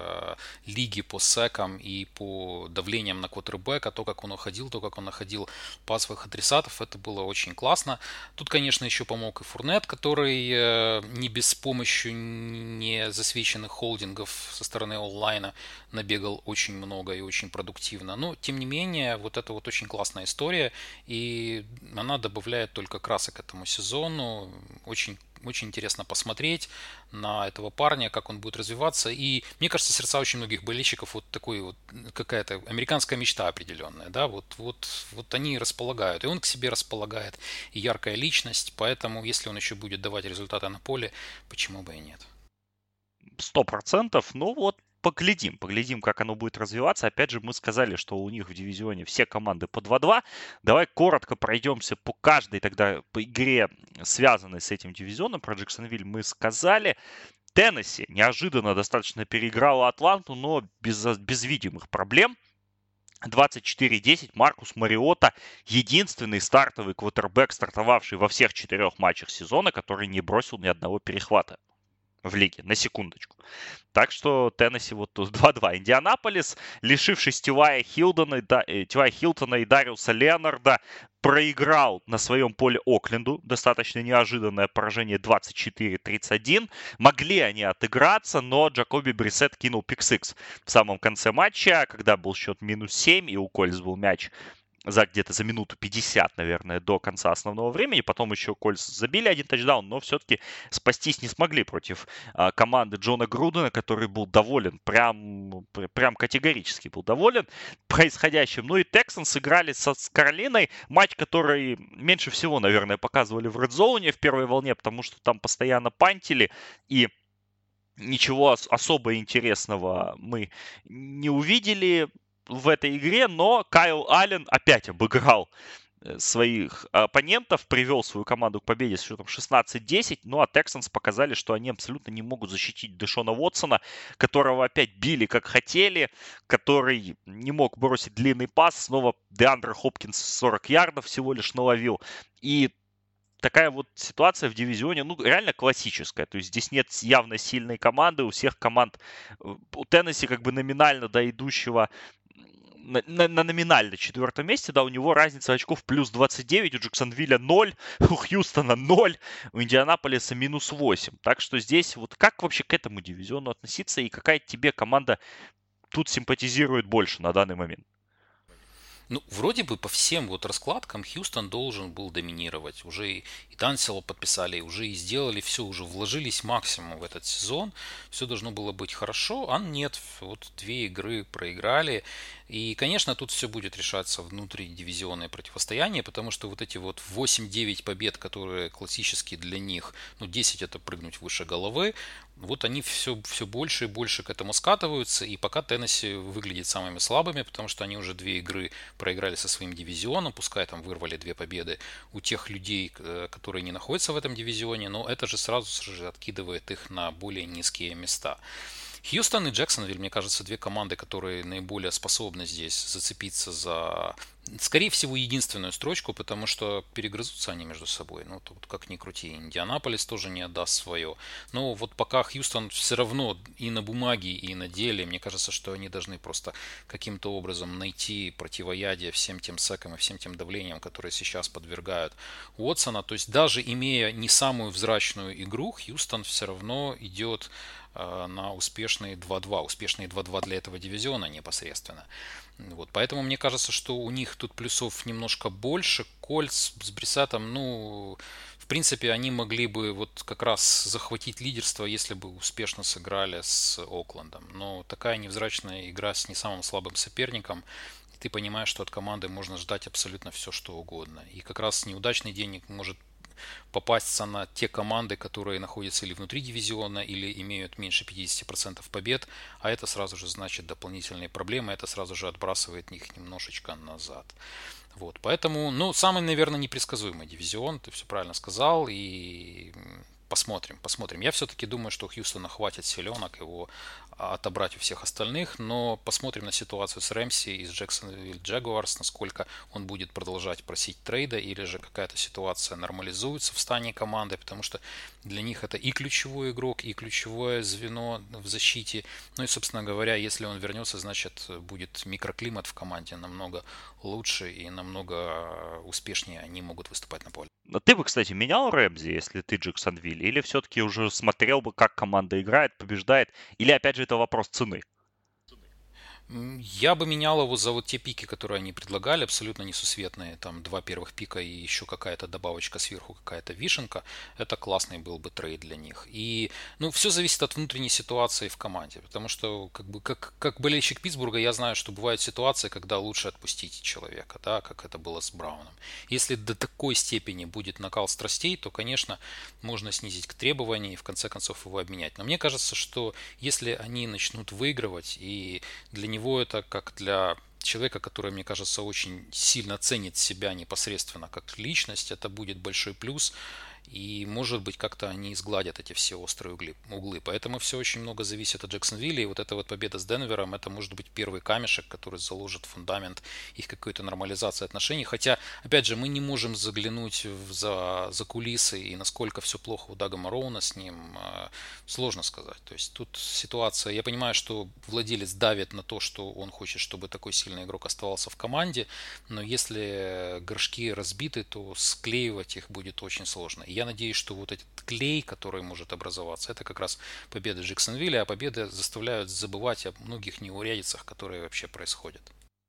лиги по секам и по давлениям на квотербека, то, как он уходил, то, как он находил пасовых адресатов, это было очень классно. Тут, конечно, еще помог и Фурнет, который не без помощи не засвеченных холдингов со стороны онлайна набегал очень много и очень продуктивно. Но, тем не менее, вот это вот очень классная история, и она добавляет только красок этому сезону. Очень очень интересно посмотреть на этого парня, как он будет развиваться. И мне кажется, сердца очень многих болельщиков вот такой вот какая-то американская мечта определенная, да, вот они располагают, и он к себе располагает, и яркая личность, поэтому если он еще будет давать результаты на поле, почему бы и нет. 100%. Ну вот, поглядим, как оно будет развиваться. Опять же, мы сказали, что у них в дивизионе все команды по 2-2. Давай коротко пройдемся по каждой тогда по игре, связанной с этим дивизионом. Про Джексонвиль мы сказали. Теннесси неожиданно достаточно переиграла Атланту, но без видимых проблем. 24-10 Маркус Мариота, единственный стартовый квотербек, стартовавший во всех 4 матчах сезона, который не бросил ни одного перехвата в лиге, на секундочку. Так что Теннесси вот тут 2-2. Индианаполис, лишившись Тивая Хилтона и Дариуса Леонарда, проиграл на своем поле Окленду. Достаточно неожиданное поражение 24-31. Могли они отыграться, но Джакоби Брисет кинул пик-сикс в самом конце матча, когда был счет -7, и у Кольц был мяч где-то за минуту 50, наверное, до конца основного времени. Потом еще Кольц забили один тачдаун, но все-таки спастись не смогли против команды Джона Грудена, который был доволен, прям категорически был доволен происходящим. Ну и Texans сыграли с Каролиной. Матч, который меньше всего, наверное, показывали в Red Zone в первой волне, потому что там постоянно пантили, и ничего особо интересного мы не увидели в этой игре, но Кайл Аллен опять обыграл своих оппонентов, привел свою команду к победе с счетом 16-10. Ну а Texans показали, что они абсолютно не могут защитить Дэшона Уотсона, которого опять били как хотели, который не мог бросить длинный пас. Снова Деандре Хопкинс 40 ярдов всего лишь наловил. И такая вот ситуация в дивизионе, ну, реально классическая. То есть здесь нет явно сильной команды. У всех команд, у Теннесси как бы номинально до идущего на номинально 4-м месте, да, у него разница очков плюс 29, у Джексонвилля 0, у Хьюстона 0, у Индианаполиса -8. Так что здесь вот как вообще к этому дивизиону относиться и какая тебе команда тут симпатизирует больше на данный момент? Ну, вроде бы по всем вот раскладкам Хьюстон должен был доминировать. Уже и Тансела подписали, уже и сделали все, уже вложились максимум в этот сезон. Все должно было быть хорошо, а нет. Вот 2 игры проиграли. И, конечно, тут все будет решаться внутридивизионное противостояние, потому что вот эти вот 8-9 побед, которые классические для них, ну, 10 это прыгнуть выше головы, вот они все больше и больше к этому скатываются, и пока Теннесси выглядит самыми слабыми, потому что они уже 2 игры проиграли со своим дивизионом, пускай там вырвали 2 победы у тех людей, которые не находятся в этом дивизионе, но это же сразу же откидывает их на более низкие места. Хьюстон и Джексонвиль, мне кажется, две команды, которые наиболее способны здесь зацепиться за, скорее всего, единственную строчку, потому что перегрызутся они между собой. Ну, тут как ни крути. Индианаполис тоже не отдаст свое. Но вот пока Хьюстон все равно и на бумаге, и на деле, мне кажется, что они должны просто каким-то образом найти противоядие всем тем секам и всем тем давлениям, которые сейчас подвергают Уотсона. То есть даже имея не самую взрачную игру, Хьюстон все равно идет на успешные 2-2. Успешные 2-2 для этого дивизиона непосредственно. Вот, поэтому мне кажется, что у них тут плюсов немножко больше. Кольц с Брисатом, ну, в принципе, они могли бы вот как раз захватить лидерство, если бы успешно сыграли с Оклендом. Но такая невзрачная игра с не самым слабым соперником, ты понимаешь, что от команды можно ждать абсолютно все, что угодно. И как раз неудачный день может попасться на те команды, которые находятся или внутри дивизиона, или имеют меньше 50% побед, а это сразу же значит дополнительные проблемы, это сразу же отбрасывает их немножечко назад. Вот, поэтому, ну, самый, наверное, непредсказуемый дивизион, ты все правильно сказал, и посмотрим. Я все-таки думаю, что у Хьюстона хватит силенок его отобрать у всех остальных, но посмотрим на ситуацию с Рэмси и с Джексонвилл Джагуарс, насколько он будет продолжать просить трейда, или же какая-то ситуация нормализуется в стане команды, потому что для них это и ключевой игрок, и ключевое звено в защите. Ну и, собственно говоря, если он вернется, значит, будет микроклимат в команде намного лучше и намного успешнее они могут выступать на поле. Но ты бы, кстати, менял Рэмзи, если ты Джексонвиль, или все-таки уже смотрел бы, как команда играет, побеждает, или опять же это вопрос цены? Я бы менял его за вот те пики, которые они предлагали, абсолютно несусветные. Там два первых пика и еще какая-то добавочка сверху, какая-то вишенка. Это классный был бы трейд для них. И, ну, все зависит от внутренней ситуации в команде. Потому что, как бы, как болельщик Питтсбурга, я знаю, что бывают ситуации, когда лучше отпустить человека, да, как это было с Брауном. Если до такой степени будет накал страстей, то, конечно, можно снизить к требованию и в конце концов его обменять. Но мне кажется, что если они начнут выигрывать, и для него это как для человека, который, мне кажется, очень сильно ценит себя непосредственно как личность, это будет большой плюс. И, может быть, как-то они изгладят эти все острые углы. Поэтому все очень много зависит от Джексонвилля. И вот эта вот победа с Денвером, это может быть первый камешек, который заложит фундамент их какой-то нормализации отношений. Хотя, опять же, мы не можем заглянуть за кулисы, и насколько все плохо у Дага Мароуна с ним, сложно сказать. То есть тут ситуация, я понимаю, что владелец давит на то, что он хочет, чтобы такой сильный игрок оставался в команде, но если горшки разбиты, то склеивать их будет очень сложно. И я надеюсь, что вот этот клей, который может образоваться, это как раз победа Джексонвилля, а победы заставляют забывать о многих неурядицах, которые вообще происходят.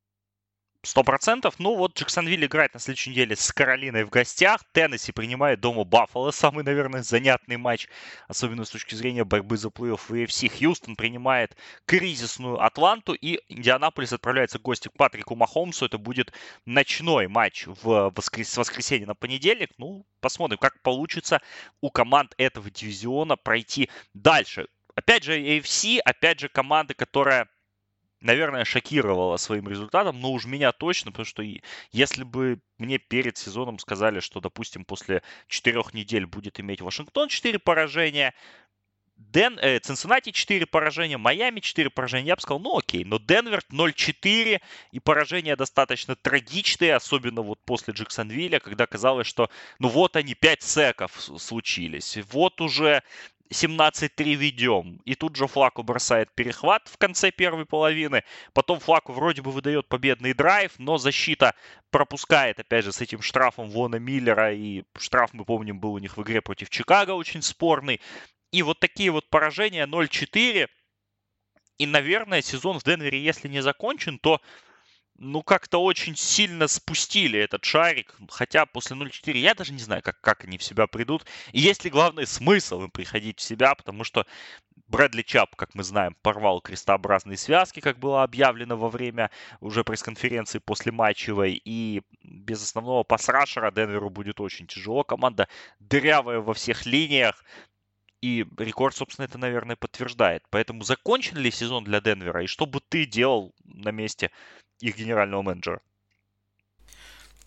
100%. Ну вот Джексонвилл играет на следующей неделе с Каролиной в гостях. Теннесси принимает дома Баффало. Самый, наверное, занятный матч, особенно с точки зрения борьбы за плей-офф в AFC. Хьюстон принимает кризисную Атланту. И Индианаполис отправляется в гости к Патрику Махомсу. Это будет ночной матч с воскресенья на понедельник. Ну, посмотрим, как получится у команд этого дивизиона пройти дальше. Опять же, AFC, опять же, команда, которая, наверное, шокировала своим результатом, но уж меня точно, потому что если бы мне перед сезоном сказали, что, допустим, после 4 недель будет иметь Вашингтон 4 поражения, Цинциннати 4 поражения, Майами 4 поражения, я бы сказал, ну окей, но Денвер 0-4, и поражения достаточно трагичные, особенно вот после Джексонвилля, когда казалось, что ну вот они, 5 секов случились, вот уже 17-3 ведем. И тут же Флако бросает перехват в конце первой половины. Потом Флако вроде бы выдает победный драйв, но защита пропускает, опять же, с этим штрафом Вона Миллера. И штраф, мы помним, был у них в игре против Чикаго очень спорный. И вот такие вот поражения 0-4. И, наверное, сезон в Денвере, если не закончен, то ну, как-то очень сильно спустили этот шарик. Хотя после 0-4 я даже не знаю, как они в себя придут. И есть ли, главный смысл им приходить в себя, потому что Брэдли Чапп, как мы знаем, порвал крестообразные связки, как было объявлено во время уже пресс-конференции после матчевой. И без основного пасрашера Денверу будет очень тяжело. Команда дырявая во всех линиях. И рекорд, собственно, это, наверное, подтверждает. Поэтому закончен ли сезон для Денвера? И что бы ты делал на месте их генерального менеджера?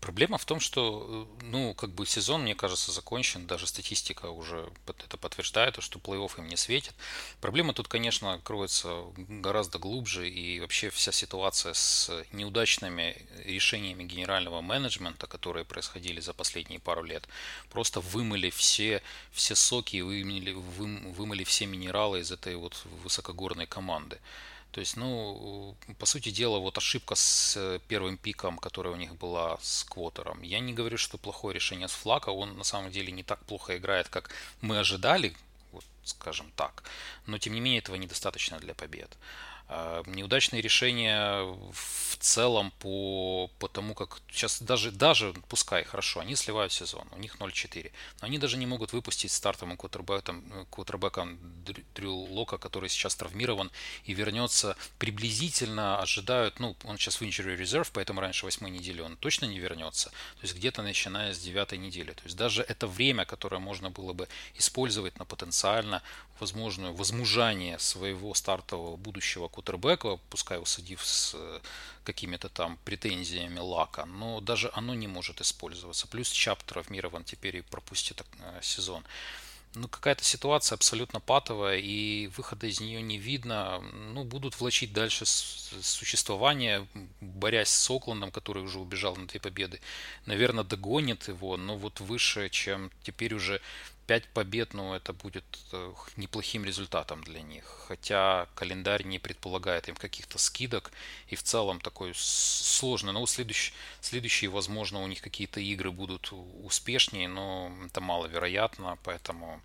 Проблема в том, что, ну, как бы сезон, мне кажется, закончен. Даже статистика уже это подтверждает, что плей-офф им не светит. Проблема тут, конечно, кроется гораздо глубже. И вообще вся ситуация с неудачными решениями генерального менеджмента, которые происходили за последние пару лет, просто вымыли все соки, вымыли все минералы из этой вот высокогорной команды. То есть, ну, по сути дела, вот ошибка с первым пиком, которая у них была с Квотером. Я не говорю, что плохое решение с Флака, он на самом деле не так плохо играет, как мы ожидали, вот, скажем так. Но, тем не менее, этого недостаточно для побед. Неудачные решения в целом по тому, как сейчас даже пускай хорошо, они сливают сезон, у них 0-4, но они даже не могут выпустить стартовым квотербеком Дрю Лока, который сейчас травмирован и вернется приблизительно, ожидают, ну, он сейчас в injury reserve, поэтому раньше 8 недели он точно не вернется, то есть где-то начиная с 9 недели. То есть даже это время, которое можно было бы использовать на потенциально возможное возмужание своего стартового будущего квотербека, пускай усадив с какими-то там претензиями Лака, но даже оно не может использоваться. Плюс Чап травмирован теперь и пропустит сезон. Ну, какая-то ситуация абсолютно патовая, и выхода из нее не видно. Ну, будут влачить дальше существование, борясь с Оклендом, который уже убежал на 2 победы. Наверное, догонит его, но вот выше, чем теперь уже 5 побед, ну, это будет неплохим результатом для них. Хотя календарь не предполагает им каких-то скидок, и в целом такой сложный. Но следующие, возможно, у них какие-то игры будут успешнее, но это маловероятно, поэтому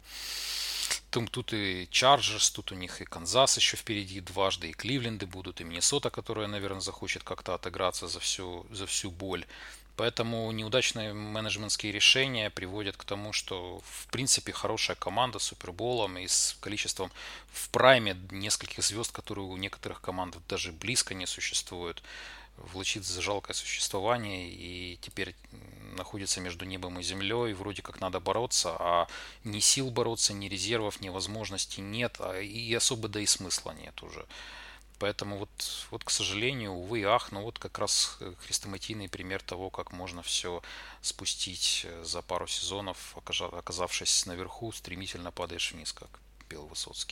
тут и Чарджерс, тут у них и Канзас еще впереди дважды, и Кливленды будут, и Миннесота, которая, наверное, захочет как-то отыграться за всю боль. Поэтому неудачные менеджментские решения приводят к тому, что в принципе хорошая команда с Суперболом и с количеством в прайме нескольких звезд, которые у некоторых команд даже близко не существуют, влачит за жалкое существование и теперь находится между небом и землей. Вроде как надо бороться, а ни сил бороться, ни резервов, ни возможностей нет, и особо да и смысла нет уже. Поэтому вот, к сожалению, увы и ах, но вот как раз хрестоматийный пример того, как можно все спустить за пару сезонов, оказавшись наверху, стремительно падаешь вниз, как пел Высоцкий.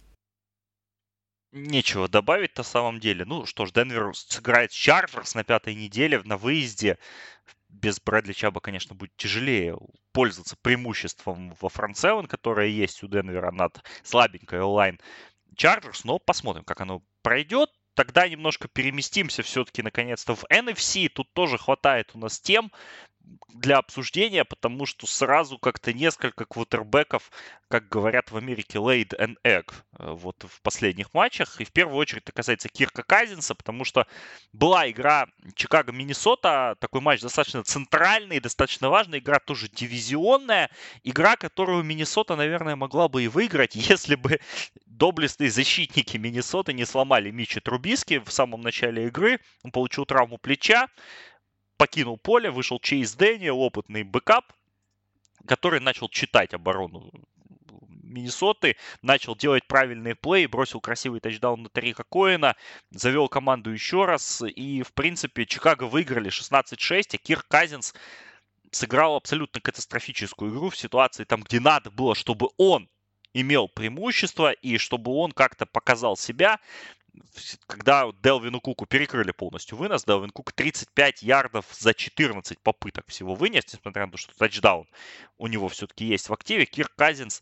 Нечего добавить на самом деле. Ну что ж, Денвер сыграет с Чарджерс на 5-й неделе на выезде. Без Брэдли Чаба, конечно, будет тяжелее пользоваться преимуществом во фронт-севен, которое есть у Денвера над слабенькой онлайн Чарджерс, но посмотрим, как оно пройдет. Тогда немножко переместимся все-таки наконец-то в NFC. Тут тоже хватает у нас тем для обсуждения, потому что сразу как-то несколько квотербеков, как говорят в Америке, laid an egg вот в последних матчах. И в первую очередь это касается Кирка Казинса, потому что была игра Чикаго-Миннесота, такой матч достаточно центральный, достаточно важный, игра тоже дивизионная, игра, которую Миннесота, наверное, могла бы и выиграть, если бы доблестные защитники Миннесоты не сломали Мичи Трубиски в самом начале игры. Он получил травму плеча, покинул поле, вышел Чейз Дэниел, опытный бэкап, который начал читать оборону Миннесоты, начал делать правильные плей, бросил красивый тачдаун на Тарика Коэна, завел команду еще раз, и, в принципе, Чикаго выиграли 16-6, а Кирк Казинс сыграл абсолютно катастрофическую игру в ситуации, там, где надо было, чтобы он имел преимущество и чтобы он как-то показал себя. Когда Делвину Куку перекрыли полностью вынос, Делвин Кук 35 ярдов за 14 попыток всего вынес, несмотря на то, что тачдаун у него все-таки есть в активе. Кирк Казинс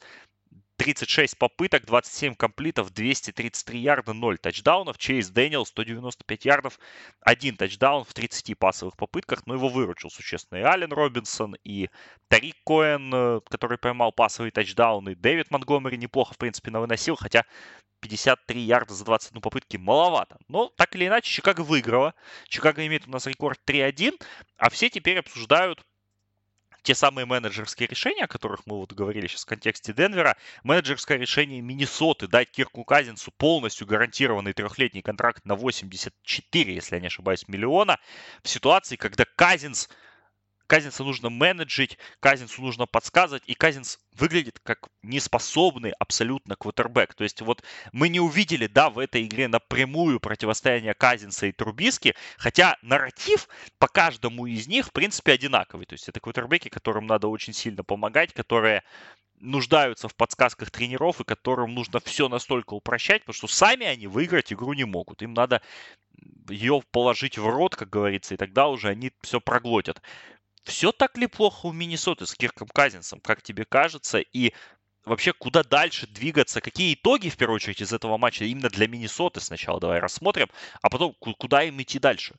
36 попыток, 27 комплитов, 233 ярда, 0 тачдаунов. Чейз Дэниел 195 ярдов, 1 тачдаун в 30 пасовых попытках, но его выручил существенно и Аллен Робинсон, и Тарик Коэн, который поймал пасовые тачдауны. Дэвид Монтгомери неплохо, в принципе, навыносил, хотя 53 ярда за 21 попытки маловато. Но так или иначе, Чикаго выиграла. Чикаго имеет у нас рекорд 3-1, а все теперь обсуждают те самые менеджерские решения, о которых мы вот говорили сейчас в контексте Денвера. Менеджерское решение Миннесоты дать Кирку Казинсу полностью гарантированный 3-летний контракт на 84, если я не ошибаюсь, миллиона. В ситуации, когда Казинс Казинса нужно менеджить, Казинсу нужно подсказывать, и Казинс выглядит как неспособный абсолютно квотербек. То есть вот мы не увидели, да, в этой игре напрямую противостояние Казинса и Трубиски, хотя нарратив по каждому из них, в принципе, одинаковый. То есть это квотербеки, которым надо очень сильно помогать, которые нуждаются в подсказках тренеров и которым нужно все настолько упрощать, потому что сами они выиграть игру не могут. Им надо ее положить в рот, как говорится, и тогда уже они все проглотят. Все так ли плохо у Миннесоты с Кирком Казинсом, как тебе кажется? И вообще, куда дальше двигаться? Какие итоги, в первую очередь, из этого матча именно для Миннесоты сначала давай рассмотрим, а потом куда им идти дальше?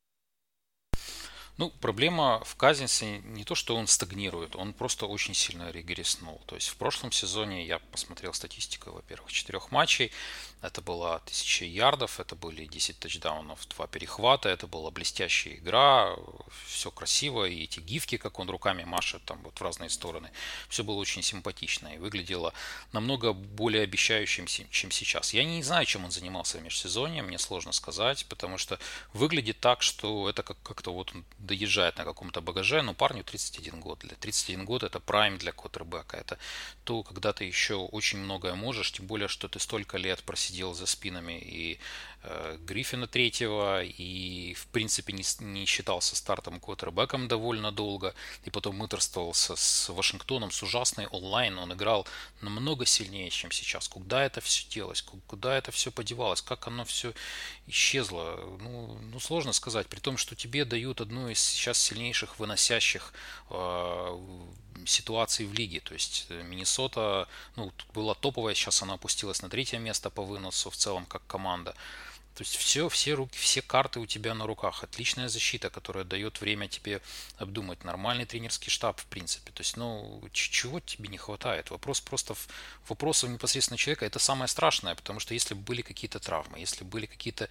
Ну, проблема в Казинсе не то, что он стагнирует, он просто очень сильно регреснул. То есть в прошлом сезоне я посмотрел статистику, во-первых, 4 матчей. Это было 1000 ярдов, это были 10 тачдаунов, 2 перехвата, это была блестящая игра, все красиво, и эти гифки, как он руками машет там вот в разные стороны, все было очень симпатично и выглядело намного более обещающим, чем сейчас. Я не знаю, чем он занимался в межсезонье, мне сложно сказать, потому что выглядит так, что это как-то вот он доезжает на каком-то багаже, но парню 31 год. Для 31 год это прайм для квотербека. Это то, когда ты еще очень многое можешь, тем более, что ты столько лет просидел за спинами и Гриффина третьего, и в принципе не считался стартом квотербеком довольно долго, и потом мыторствовался с Вашингтоном, с ужасной онлайн, он играл намного сильнее, чем сейчас. Куда это все делось, куда это все подевалось, как оно все исчезло, ну сложно сказать, при том, что тебе дают одну из сейчас сильнейших выносящих ситуаций в лиге. То есть Миннесота, ну, была топовая, сейчас она опустилась на 3-е место по выносу в целом как команда. То есть все руки, все карты у тебя на руках. Отличная защита, которая дает время тебе обдумать. Нормальный тренерский штаб, в принципе. То есть, ну, чего тебе не хватает? Вопрос просто вопросов непосредственно человека. Это самое страшное, потому что если были какие-то травмы, если были какие-то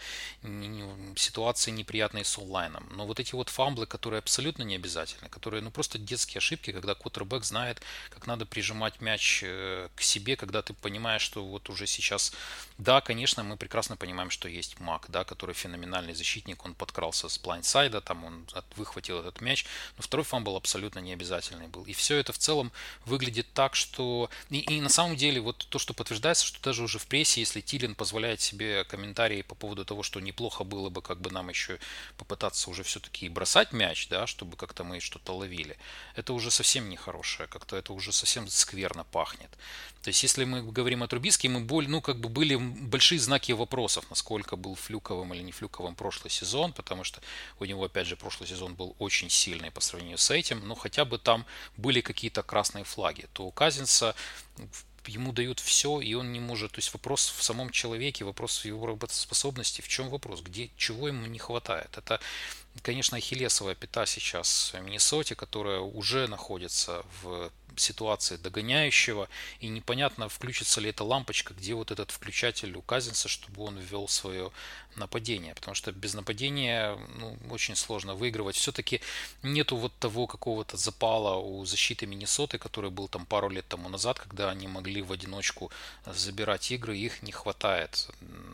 ситуации неприятные с онлайном, но вот эти вот фамблы, которые абсолютно не обязательны, которые, ну, просто детские ошибки, когда квотербек знает, как надо прижимать мяч к себе, когда ты понимаешь, что вот уже сейчас, да, конечно, мы прекрасно понимаем, что есть Мак, да, который феноменальный защитник, он подкрался с блайндсайда, там он выхватил этот мяч, но второй фамбл абсолютно не обязательный был. И все это в целом выглядит так, что... И на самом деле вот то, что подтверждается, что даже уже в прессе, если Тилин позволяет себе комментарии по поводу того, что неплохо было бы как бы нам еще попытаться уже все-таки бросать мяч, да, чтобы как-то мы что-то ловили, это уже совсем нехорошее, как-то это уже совсем скверно пахнет. То есть, если мы говорим о Трубиске, ну, как бы были большие знаки вопросов, насколько был флюковым или не флюковым прошлый сезон, потому что у него, опять же, прошлый сезон был очень сильный по сравнению с этим, но хотя бы там были какие-то красные флаги. То у Казинца ему дают все, и он не может. То есть вопрос в самом человеке, вопрос в его работоспособности. В чем вопрос? Чего ему не хватает? Это, конечно, ахиллесовая пята сейчас в Миннесоте, которая уже находится в ситуации догоняющего, и непонятно, включится ли эта лампочка, где вот этот включатель у Казинца, чтобы он ввел свое нападение, потому что без нападения, ну, очень сложно выигрывать. Все-таки нету вот того какого-то запала у защиты Миннесоты, который был там пару лет тому назад, когда они могли в одиночку забирать игры, их не хватает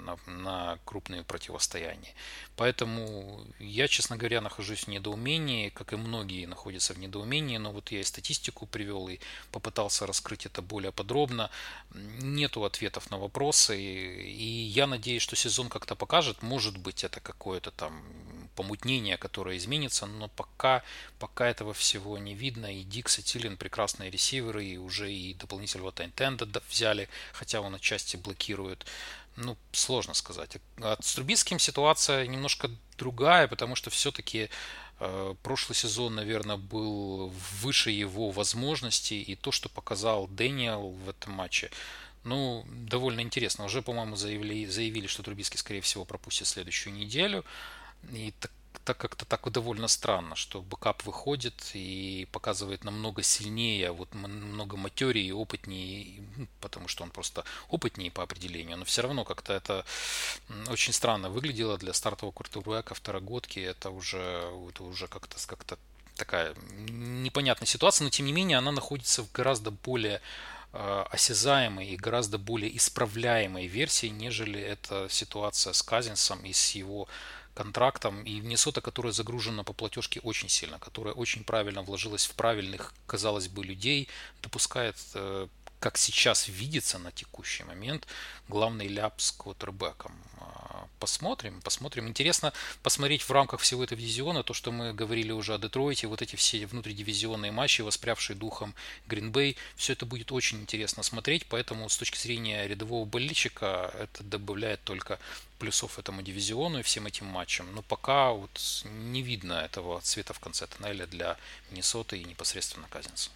на крупные противостояния. Поэтому я, честно говоря, нахожусь в недоумении, как и многие находятся в недоумении, но вот я и статистику привел и попытался раскрыть это более подробно. Нету ответов на вопросы, и я надеюсь, что сезон как-то покажет, может быть, это какое-то там помутнение, которое изменится, но пока этого всего не видно. И Дикс, и Тилин прекрасные ресиверы, и уже и дополнительного тайнтенда взяли, хотя он отчасти блокирует. Ну, сложно сказать. А с Трубицким ситуация немножко другая, потому что все-таки прошлый сезон, наверное, был выше его возможностей, и то, что показал Дэниел в этом матче, ну, довольно интересно. Уже, по-моему, заявили, что Трубицкий, скорее всего, пропустит следующую неделю. И так как-то так довольно странно, что бэкап выходит и показывает намного сильнее, вот много матерее и опытнее, потому что он просто опытнее по определению, но все равно как-то это очень странно выглядело для стартового квотербека второгодки. Это уже как-то такая непонятная ситуация, но тем не менее она находится в гораздо более осязаемой и гораздо более исправляемой версии, нежели эта ситуация с Казинсом и с его контрактом. И Миннесота, которая загружена по платежке очень сильно, которая очень правильно вложилась в правильных, казалось бы, людей, допускает, как сейчас видится на текущий момент, главный ляп с квотербеком. Посмотрим. Интересно посмотреть в рамках всего этого дивизиона, то, что мы говорили уже о Детройте, вот эти все внутридивизионные матчи, воспрявшие духом Грин-Бей, все это будет очень интересно смотреть, поэтому с точки зрения рядового болельщика это добавляет только плюсов этому дивизиону и всем этим матчам. Но пока вот не видно этого цвета в конце тоннеля для Миннесоты и непосредственно Казинса.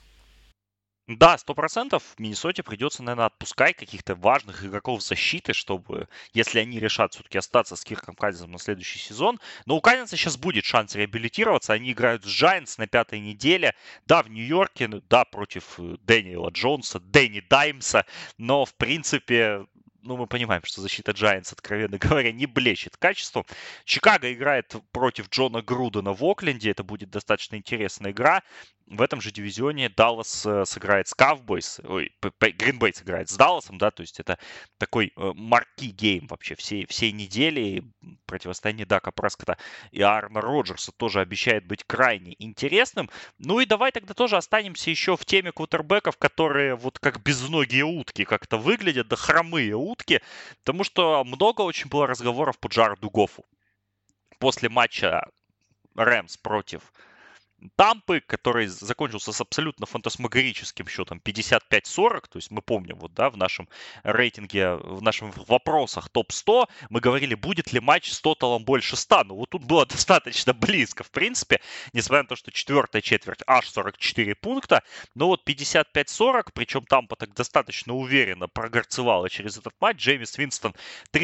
Да, 100% в Миннесоте придется, наверное, отпускать каких-то важных игроков защиты, чтобы, если они решат все-таки остаться с Кирком Казинсом на следующий сезон. Но у Казинса сейчас будет шанс реабилитироваться. Они играют с Giants на 5-й неделе. Да, в Нью-Йорке, да, против Дэниела Джонса, Дэнни Даймса. Но, в принципе, ну, мы понимаем, что защита Giants, откровенно говоря, не блещет качеством. Чикаго играет против Джона Грудена в Окленде. Это будет достаточно интересная игра. В этом же дивизионе Даллас сыграет с Cowboys, Green Bay сыграет с Далласом, да, то есть это такой марки гейм вообще всей недели. Противостояние Дака Прескотта и Аарона Роджерса тоже обещает быть крайне интересным. Ну и давай тогда тоже останемся еще в теме квотербеков, которые вот как безногие утки как-то выглядят, да хромые утки, потому что много очень было разговоров по Джареду Гоффу. После матча Рэмс против Тампы, который закончился с абсолютно фантасмагорическим счетом 55-40, то есть мы помним, вот, да, в нашем рейтинге, в наших вопросах топ-100, мы говорили, будет ли матч с тоталом больше 100, но вот тут было достаточно близко, в принципе, несмотря на то, что четвертая четверть аж 44 пункта, но вот 55-40, причем Тампа так достаточно уверенно прогорцевала через этот матч. Джеймис Винстон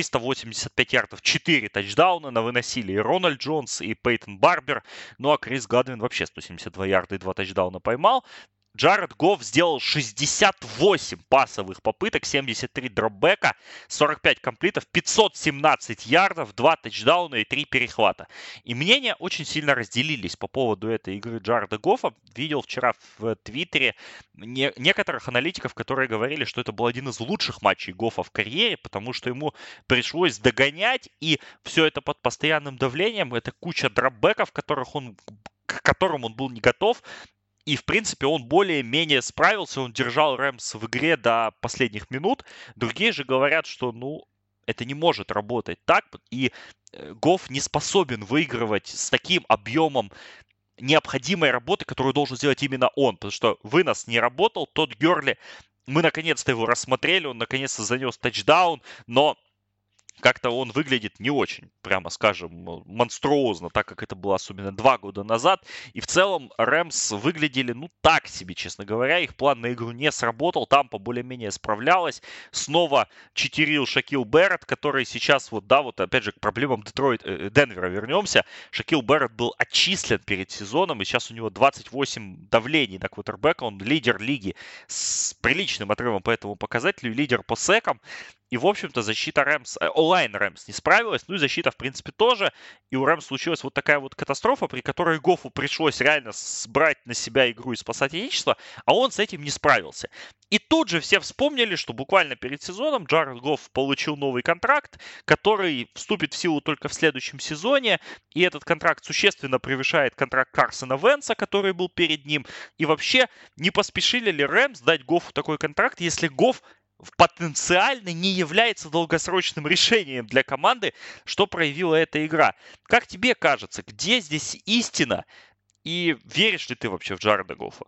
385 ярдов, 4 тачдауна навыносили и Рональд Джонс, и Пейтон Барбер, ну а Крис Гадвин вообще 172 ярда и 2 тачдауна поймал. Джаред Гофф сделал 68 пасовых попыток, 73 дропбека, 45 комплитов, 517 ярдов, 2 тачдауна и 3 перехвата. И мнения очень сильно разделились по поводу этой игры Джареда Гоффа. Видел вчера в Твиттере некоторых аналитиков, которые говорили, что это был один из лучших матчей Гоффа в карьере, потому что ему пришлось догонять, и все это под постоянным давлением. Это куча дропбеков, к которым он был не готов. И, в принципе, он более-менее справился, он держал Рэмс в игре до последних минут. Другие же говорят, что, ну, это не может работать так, и Гофф не способен выигрывать с таким объемом необходимой работы, которую должен сделать именно он, потому что вынос не работал, Тодд Герли, мы наконец-то его рассмотрели, он наконец-то занес тачдаун, но как-то он выглядит не очень, прямо скажем, монструозно, так как это было особенно 2 года назад. И в целом Рэмс выглядели, ну, так себе, честно говоря. Их план на игру не сработал, Тампа более-менее справлялась. Снова читерил Шакил Берретт, который сейчас, вот, да, вот опять же к проблемам Денвера вернемся. Шакил Берретт был отчислен перед сезоном, и сейчас у него 28 давлений на квотербека. Он лидер лиги с приличным отрывом по этому показателю, лидер по секам. И, в общем-то, защита Рэмс, онлайн Рэмс не справилась, ну и защита, в принципе, тоже. И у Рэмс случилась вот такая вот катастрофа, при которой Гоффу пришлось реально брать на себя игру и спасать отечество, а он с этим не справился. И тут же все вспомнили, что буквально перед сезоном Джаред Гофф получил новый контракт, который вступит в силу только в следующем сезоне, и этот контракт существенно превышает контракт Карсона Венса, который был перед ним. И вообще, не поспешили ли Рэмс дать Гоффу такой контракт, если Гофф потенциально не является долгосрочным решением для команды, что проявила эта игра. Как тебе кажется, где здесь истина? И веришь ли ты вообще в Джареда Гоффа?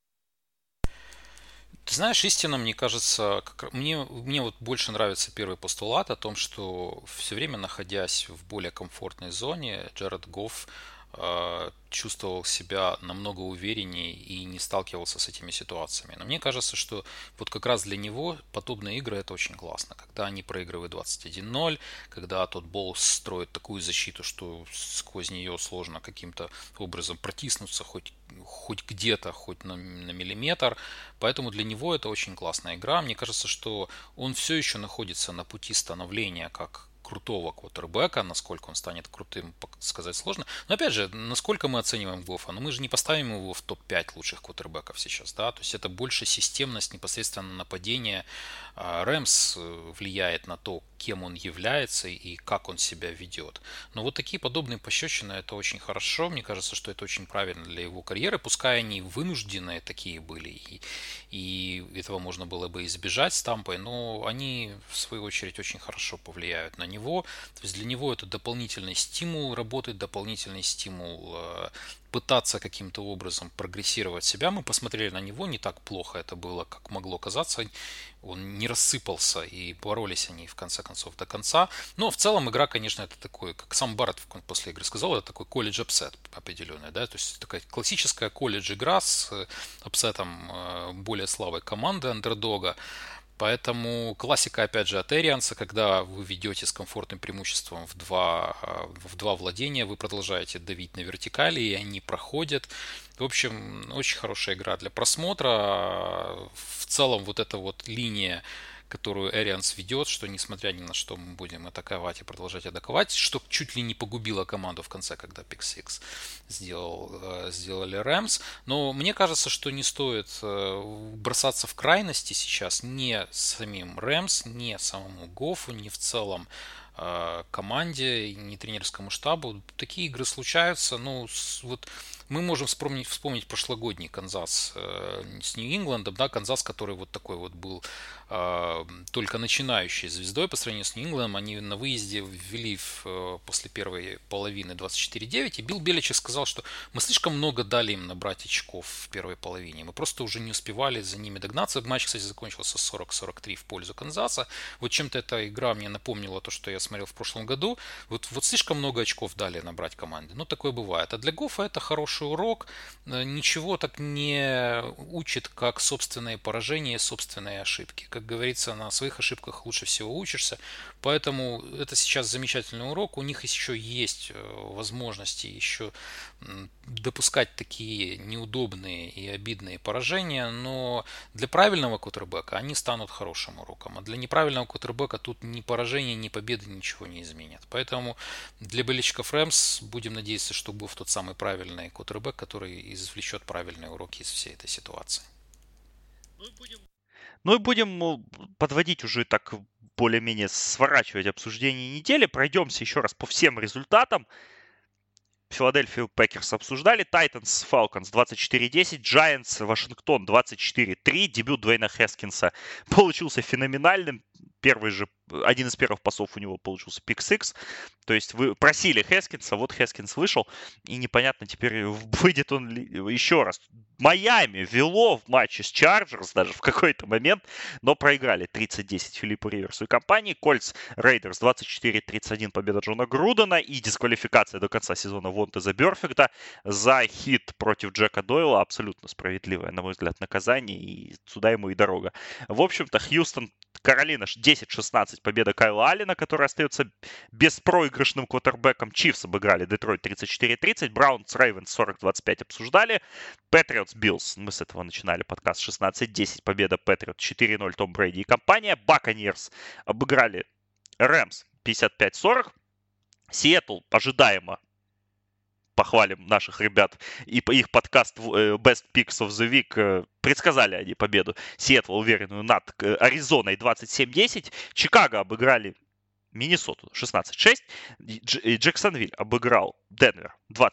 Ты знаешь, истина, мне кажется, мне вот больше нравится первый постулат о том, что все время находясь в более комфортной зоне, Джаред Гофф чувствовал себя намного увереннее и не сталкивался с этими ситуациями. Но мне кажется, что вот как раз для него подобные игры это очень классно. Когда они проигрывают 21-0, когда тот Болс строит такую защиту, что сквозь нее сложно каким-то образом протиснуться хоть где-то, хоть на миллиметр. Поэтому для него это очень классная игра. Мне кажется, что он все еще находится на пути становления как крутого квотербека, насколько он станет крутым, сказать сложно. Но опять же, насколько мы оцениваем Гоффа? Ну мы же не поставим его в топ-5 лучших квотербеков сейчас, да, то есть это больше системность непосредственно нападения. Рэмс влияет на то, кем он является и как он себя ведет. Но вот такие подобные пощечины, это очень хорошо. Мне кажется, что это очень правильно для его карьеры. Пускай они вынужденные такие были, и этого можно было бы избежать с Тампой, но они, в свою очередь, очень хорошо повлияют на него. То есть для него это дополнительный стимул работать, дополнительный стимул пытаться каким-то образом прогрессировать себя. Мы посмотрели на него, не так плохо это было, как могло казаться. Он не рассыпался, и боролись они в конце концов до конца. Но в целом игра, конечно, это такой, как сам Барретт после игры сказал, это такой колледж апсет определенный, да, то есть такая классическая колледж игра с апсетом более слабой команды андердога. Поэтому классика, опять же, от Эрианса, когда вы ведете с комфортным преимуществом в два владения, вы продолжаете давить на вертикали, и они проходят. В общем, очень хорошая игра для просмотра. В целом, вот эта вот линия, которую Эрианс ведет, что несмотря ни на что мы будем атаковать и продолжать атаковать, что чуть ли не погубило команду в конце, когда Pick Six сделали Рэмс. Но мне кажется, что не стоит бросаться в крайности сейчас ни самим Рэмс, ни самому Гоффу, ни в целом команде, ни тренерскому штабу. Такие игры случаются. Ну, вот мы можем вспомнить прошлогодний Канзас с Нью-Ингландом, да, Канзас, который вот такой вот был только начинающей звездой по сравнению с Нью-Ингландом. Они на выезде ввели после первой половины 24-9, и Билл Беличек сказал, что мы слишком много дали им набрать очков в первой половине. Мы просто уже не успевали за ними догнаться. Матч, кстати, закончился 40-43 в пользу Канзаса. Вот чем-то эта игра мне напомнила то, что я смотрел в прошлом году. Вот слишком много очков дали набрать команде. Ну, такое бывает. А для Гоффа это хороший урок. Ничего так не учит, как собственные поражения, собственные ошибки. Как говорится, на своих ошибках лучше всего учишься. Поэтому это сейчас замечательный урок. У них еще есть возможности еще допускать такие неудобные и обидные поражения, но для правильного квотербека они станут хорошим уроком. А для неправильного квотербека тут ни поражение, ни победы ничего не изменят. Поэтому для болельщиков Рэмс будем надеяться, что Гофф тот самый правильный квотербек, который извлечет правильные уроки из всей этой ситуации. Ну и будем подводить уже так более-менее сворачивать обсуждение недели. Пройдемся еще раз по всем результатам. Филадельфию Пекерс обсуждали. Тайтанс Фалконс 24-10. Giants Вашингтон 24-3. Дебют Дуэйна Хескинса получился феноменальным. Один из первых пасов у него получился пик-сикс. То есть вы просили Хескинса, вот Хескинс вышел. И непонятно теперь, выйдет он еще раз. Майами вело в матче с Чарджерс даже в какой-то момент, но проиграли 30-10 Филиппу Риверсу и компании. Кольц Рейдерс 24-31 победа Джона Грудена и дисквалификация до конца сезона Вонтеза Бёрфикта за хит против Джека Дойла. Абсолютно справедливое, на мой взгляд, наказание, и сюда ему и дорога. В общем-то, Хьюстон Каролина 10-16 победа Кайла Аллена, который остается беспроигрышным квотербеком. Чифс обыграли Детройт 34-30. Браунс Рейвенс 40-25 обсуждали. Патриотс Биллс, мы с этого начинали подкаст, 16-10 победа Патриот, 4-0 Том Брейди и компания. Баконьерс обыграли Рэмс 55-40. Сиэтл ожидаемо, похвалим наших ребят, и их подкаст Best Picks of the Week, предсказали они победу Сиэтла уверенную над Аризоной 27-10. Чикаго обыграли Миннесоту 16-6. Джексонвиль обыграл Денвер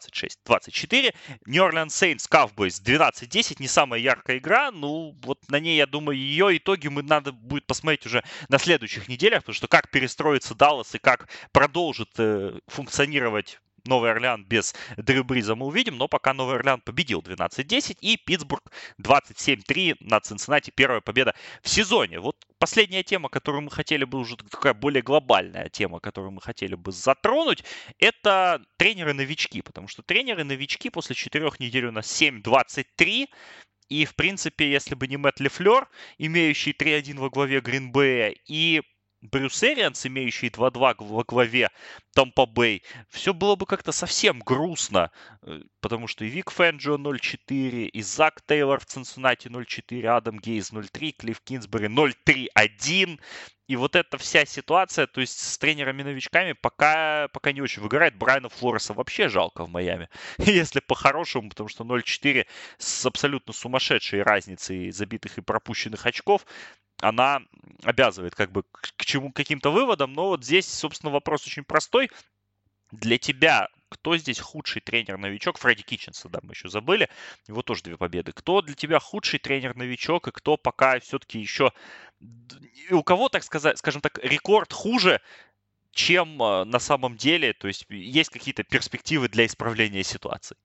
26-24. Нью-Орлеанс Сейнтс Cowboys 12-10. Не самая яркая игра. Ну, вот на ней, я думаю, ее итоги надо будет посмотреть уже на следующих неделях, потому что как перестроится Даллас и как продолжит функционировать Новый Орлеан без Дрю Бриза мы увидим, но пока Новый Орлеан победил 12-10, и Питтсбург 27-3 над Цинциннати. Первая победа в сезоне. Вот последняя тема, которую мы хотели бы, уже такая более глобальная тема, которую мы хотели бы затронуть, это тренеры-новички, потому что тренеры-новички после 4 недель у нас 7-23, и, в принципе, если бы не Мэтт Лефлер, имеющий 3-1 во главе Грин-Бэя, и Брюс Эрианс, имеющий 2-2 во главе Тампа Бэй, все было бы как-то совсем грустно, потому что и Вик Фэнджио 0-4, и Зак Тейлор в Цинциннати 0-4, Адам Гейз 0-3, Клифф Кинсбери 0-3-1. И вот эта вся ситуация, то есть с тренерами-новичками пока не очень выгорает. Брайана Флореса вообще жалко в Майами. Если по-хорошему, потому что 0-4 с абсолютно сумасшедшей разницей забитых и пропущенных очков, она обязывает как бы к чему каким-то выводам. Но вот здесь, собственно, вопрос очень простой. Для тебя кто здесь худший тренер-новичок? Фредди Китченса, да, мы еще забыли. Его тоже 2 победы. Кто для тебя худший тренер-новичок и кто пока все-таки еще... И у кого, так сказать, скажем так, рекорд хуже, чем на самом деле? То есть есть какие-то перспективы для исправления ситуации?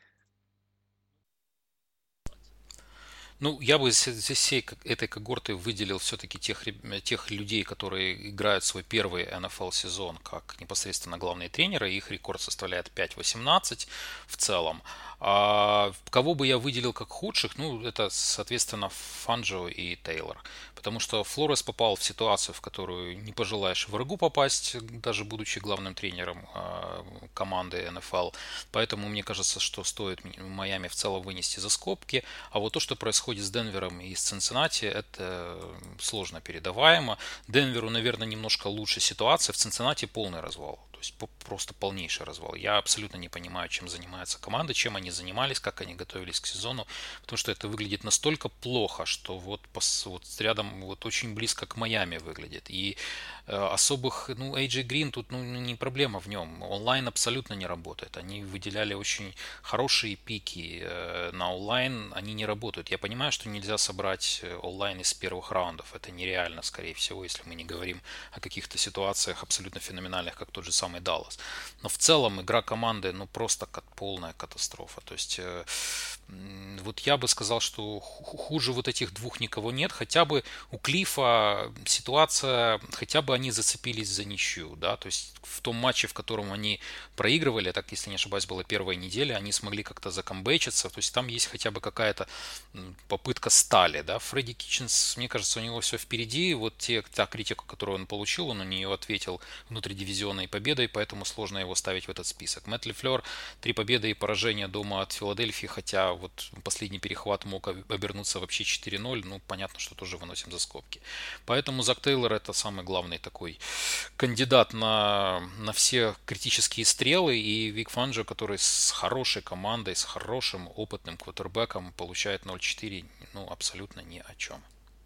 Ну, я бы из всей этой когорты выделил все-таки тех людей, которые играют свой первый NFL сезон как непосредственно главные тренеры. Их рекорд составляет 5-18 в целом. А кого бы я выделил как худших? Ну, это, соответственно, Фанджо и Тейлор. Потому что Флорес попал в ситуацию, в которую не пожелаешь врагу попасть, даже будучи главным тренером команды НФЛ. Поэтому мне кажется, что стоит Майами в целом вынести за скобки. А вот то, что происходит с Денвером и с Цинциннати, это сложно передаваемо. Денверу, наверное, немножко лучше ситуация. В Цинциннати полный развал. То есть просто полнейший развал. Я абсолютно не понимаю, чем занимается команда, чем они занимались, как они готовились к сезону, потому что это выглядит настолько плохо, что вот рядом вот очень близко к Майами выглядит. И особых, ну, AJ Green тут не проблема в нем. Онлайн абсолютно не работает. Они выделяли очень хорошие пики на онлайн, они не работают. Я понимаю, что нельзя собрать онлайн из первых раундов. Это нереально, скорее всего, если мы не говорим о каких-то ситуациях абсолютно феноменальных, как тот же самый Даллас. Но в целом игра команды, ну, просто полная катастрофа. То есть вот я бы сказал, что хуже вот этих двух никого нет. Хотя бы у Клифа ситуация, хотя бы они зацепились за ничью, да, то есть в том матче, в котором они проигрывали, так, если не ошибаюсь, была первая неделя, они смогли как-то закомбэчиться, то есть там есть хотя бы какая-то попытка стали, да. Фредди Китченс, мне кажется, у него все впереди, вот та критика, которую он получил, он на нее ответил внутридивизионной победой, поэтому сложно его ставить в этот список. Мэтт Лефлер, 3 победы и поражения дома от Филадельфии, хотя вот последний перехват мог обернуться вообще 4-0, ну, понятно, что тоже выносим за скобки. Поэтому Зак Тейлор это самый главный такой кандидат на все критические стрелы, и Вик Фанджо, который с хорошей командой, с хорошим опытным квотербеком получает 0-4, ну, абсолютно ни о чем.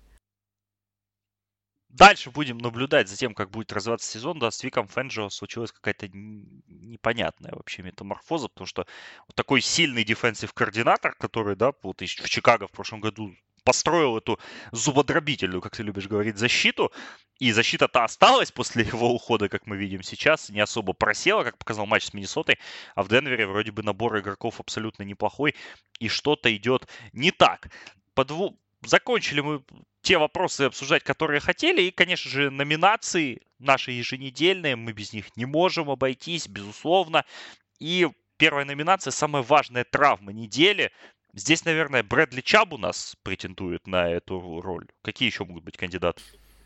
Дальше будем наблюдать за тем, как будет развиваться сезон. Да, с Виком Фэнджо случилась какая-то непонятная вообще метаморфоза, потому что вот такой сильный дефенсив координатор, который, да, вот в Чикаго в прошлом году построил эту зубодробительную, как ты любишь говорить, защиту, и защита-то осталась после его ухода, как мы видим сейчас, не особо просела, как показал матч с Миннесотой, а в Денвере вроде бы набор игроков абсолютно неплохой, и что-то идет не так. Закончили мы те вопросы обсуждать, которые хотели. И, конечно же, номинации наши еженедельные. Мы без них не можем обойтись, безусловно. И первая номинация, самая важная травма недели. Здесь, наверное, Брэдли Чаб у нас претендует на эту роль. Какие еще могут быть кандидаты?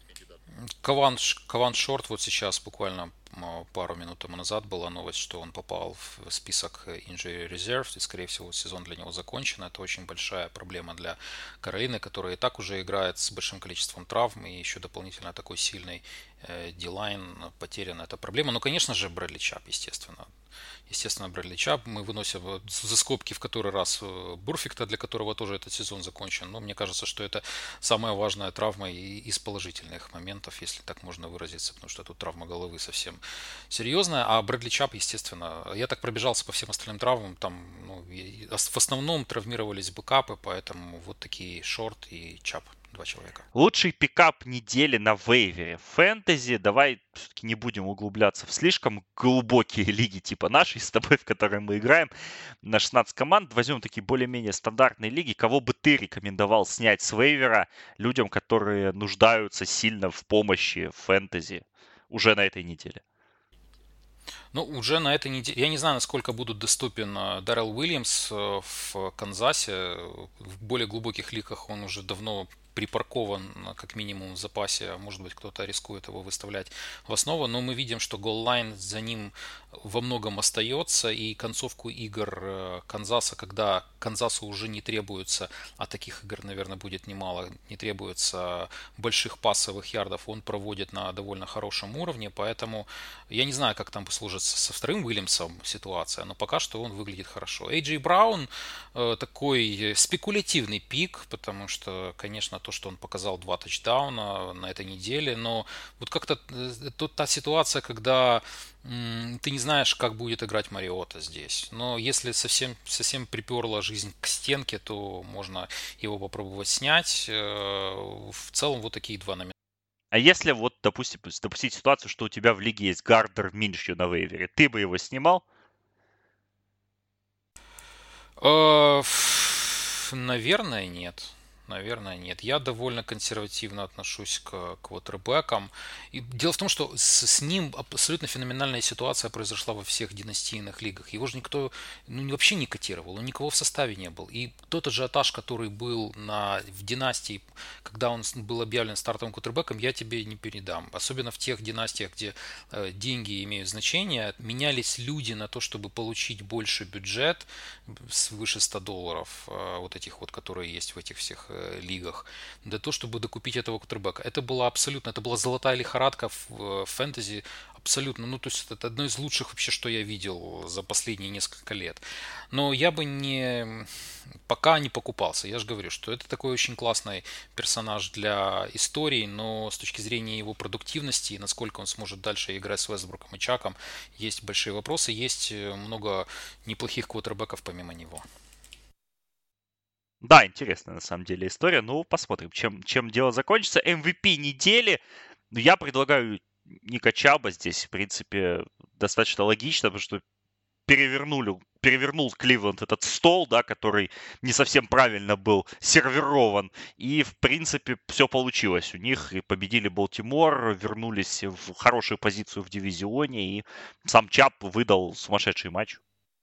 Каван Шорт вот сейчас буквально пару минут тому назад была новость, что он попал в список Injury Reserve, и, скорее всего, сезон для него закончен. Это очень большая проблема для Каролины, которая и так уже играет с большим количеством травм, и еще дополнительно такой сильный дилайн потерян. Это проблема. Но, конечно же, Брэдли Чап, естественно. Естественно, Брэдли Чап. Мы выносим за скобки в который раз Бурфикта, для которого тоже этот сезон закончен. Но мне кажется, что это самая важная травма из положительных моментов, если так можно выразиться, потому что тут травма головы совсем серьезная. А Брэдли Чап, естественно, я так пробежался по всем остальным травмам, там в основном травмировались бэкапы, поэтому вот такие Шорт и Чап. 2 человека. Лучший пикап недели на вейвере. Фэнтези. Давай все-таки не будем углубляться в слишком глубокие лиги типа нашей с тобой, в которой мы играем. На 16 команд. Возьмем такие более-менее стандартные лиги. Кого бы ты рекомендовал снять с вейвера людям, которые нуждаются сильно в помощи в фэнтези уже на этой неделе? Ну, уже на этой неделе, я не знаю, насколько будут доступен Даррell Уильямс в Канзасе. В более глубоких лигах он уже давно припаркован как минимум в запасе, а может быть кто-то рискует его выставлять в основу, но мы видим, что голлайн за ним во многом остается, и концовку игр Канзаса, когда Канзасу уже не требуется, а таких игр, наверное, будет немало, не требуется больших пассовых ярдов, он проводит на довольно хорошем уровне, поэтому я не знаю, как там сложится со вторым Уильямсом ситуация, но пока что он выглядит хорошо. Эйджей Браун такой спекулятивный пик, потому что, конечно, то, что он показал 2 тачдауна на этой неделе, но вот как-то тут та ситуация, когда ты не знаешь, как будет играть Мариота здесь. Но если совсем приперла жизнь к стенке, то можно его попробовать снять. В целом вот такие два номера. А если вот, допустим, допустить ситуацию, что у тебя в лиге есть Гардер Миншью на вейвере, ты бы его снимал? Наверное, нет. Наверное, нет. Я довольно консервативно отношусь к квотербекам. И дело в том, что с ним абсолютно феноменальная ситуация произошла во всех династийных лигах. Его же никто вообще не котировал, он никого в составе не был. И тот ажиотаж, который был в династии, когда он был объявлен стартовым квотербеком, я тебе не передам. Особенно в тех династиях, где деньги имеют значение, менялись люди на то, чтобы получить больше бюджет, свыше $100, вот этих вот, которые есть в этих всех лигах, для того, чтобы докупить этого кутербека. Это была золотая лихорадка в фэнтези, абсолютно, то есть это одно из лучших вообще, что я видел за последние несколько лет. Но я бы пока не покупался. Я же говорю, что это такой очень классный персонаж для истории, но с точки зрения его продуктивности и насколько он сможет дальше играть с Вестбруком и Чаком, есть большие вопросы, есть много неплохих квотербеков помимо него. Да, интересная на самом деле история. Ну, посмотрим, чем дело закончится. MVP недели. Я предлагаю Ника Чаба здесь, в принципе, достаточно логично, потому что перевернул Кливленд этот стол, да, который не совсем правильно был сервирован. И, в принципе, все получилось у них. И победили Балтимор, вернулись в хорошую позицию в дивизионе. И сам Чап выдал сумасшедший матч.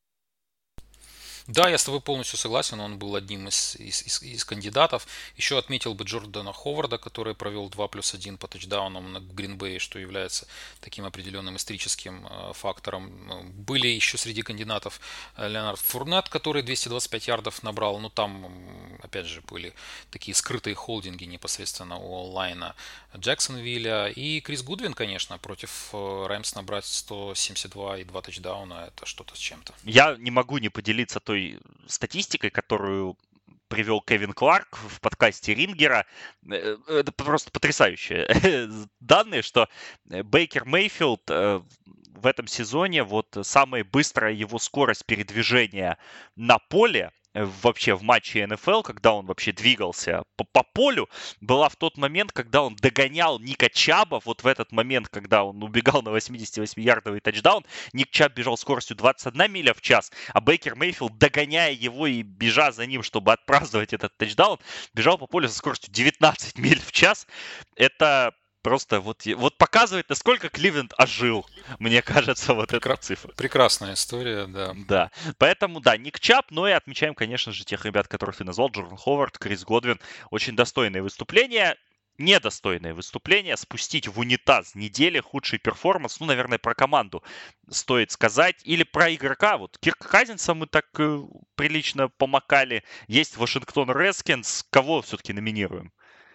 Да, я с тобой полностью согласен, он был одним из кандидатов. Еще отметил бы Джордана Ховарда, который провел 2+1 по тачдаунам на Гринбей, что является таким определенным историческим фактором. Были еще среди кандидатов Леонард Фурнет, который 225 ярдов набрал, но там, опять же, были такие скрытые холдинги непосредственно у онлайна Джексонвилля. И Крис Гудвин, конечно, против Рэмс набрать 172 и 2 тачдауна, это что-то с чем-то. Я не могу не поделиться той статистикой, которую привел Кевин Кларк в подкасте Рингера. Это просто потрясающие данные, что Бейкер Мейфилд в этом сезоне, вот самая быстрая его скорость передвижения на поле вообще в матче НФЛ, когда он вообще двигался по полю, была в тот момент, когда он догонял Ника Чаба, вот в этот момент, когда он убегал на 88-ярдовый тачдаун, Ник Чаб бежал скоростью 21 миля в час, а Бейкер Мейфилд, догоняя его и бежа за ним, чтобы отпраздновать этот тачдаун, бежал по полю со скоростью 19 миль в час. Это просто вот показывает, насколько Кливленд ожил, мне кажется, вот эта цифра. Прекрасная история, да. Да, поэтому, да, Ник Чап, но и отмечаем, конечно же, тех ребят, которых ты назвал, Джордан Ховард, Крис Годвин. Очень достойные выступления. Недостойное выступление, спустить в унитаз недели, худший перформанс, наверное, про команду стоит сказать, или про игрока, вот Кирка Казинса мы так прилично помакали, есть Вашингтон Редскинс, кого все-таки номинируем?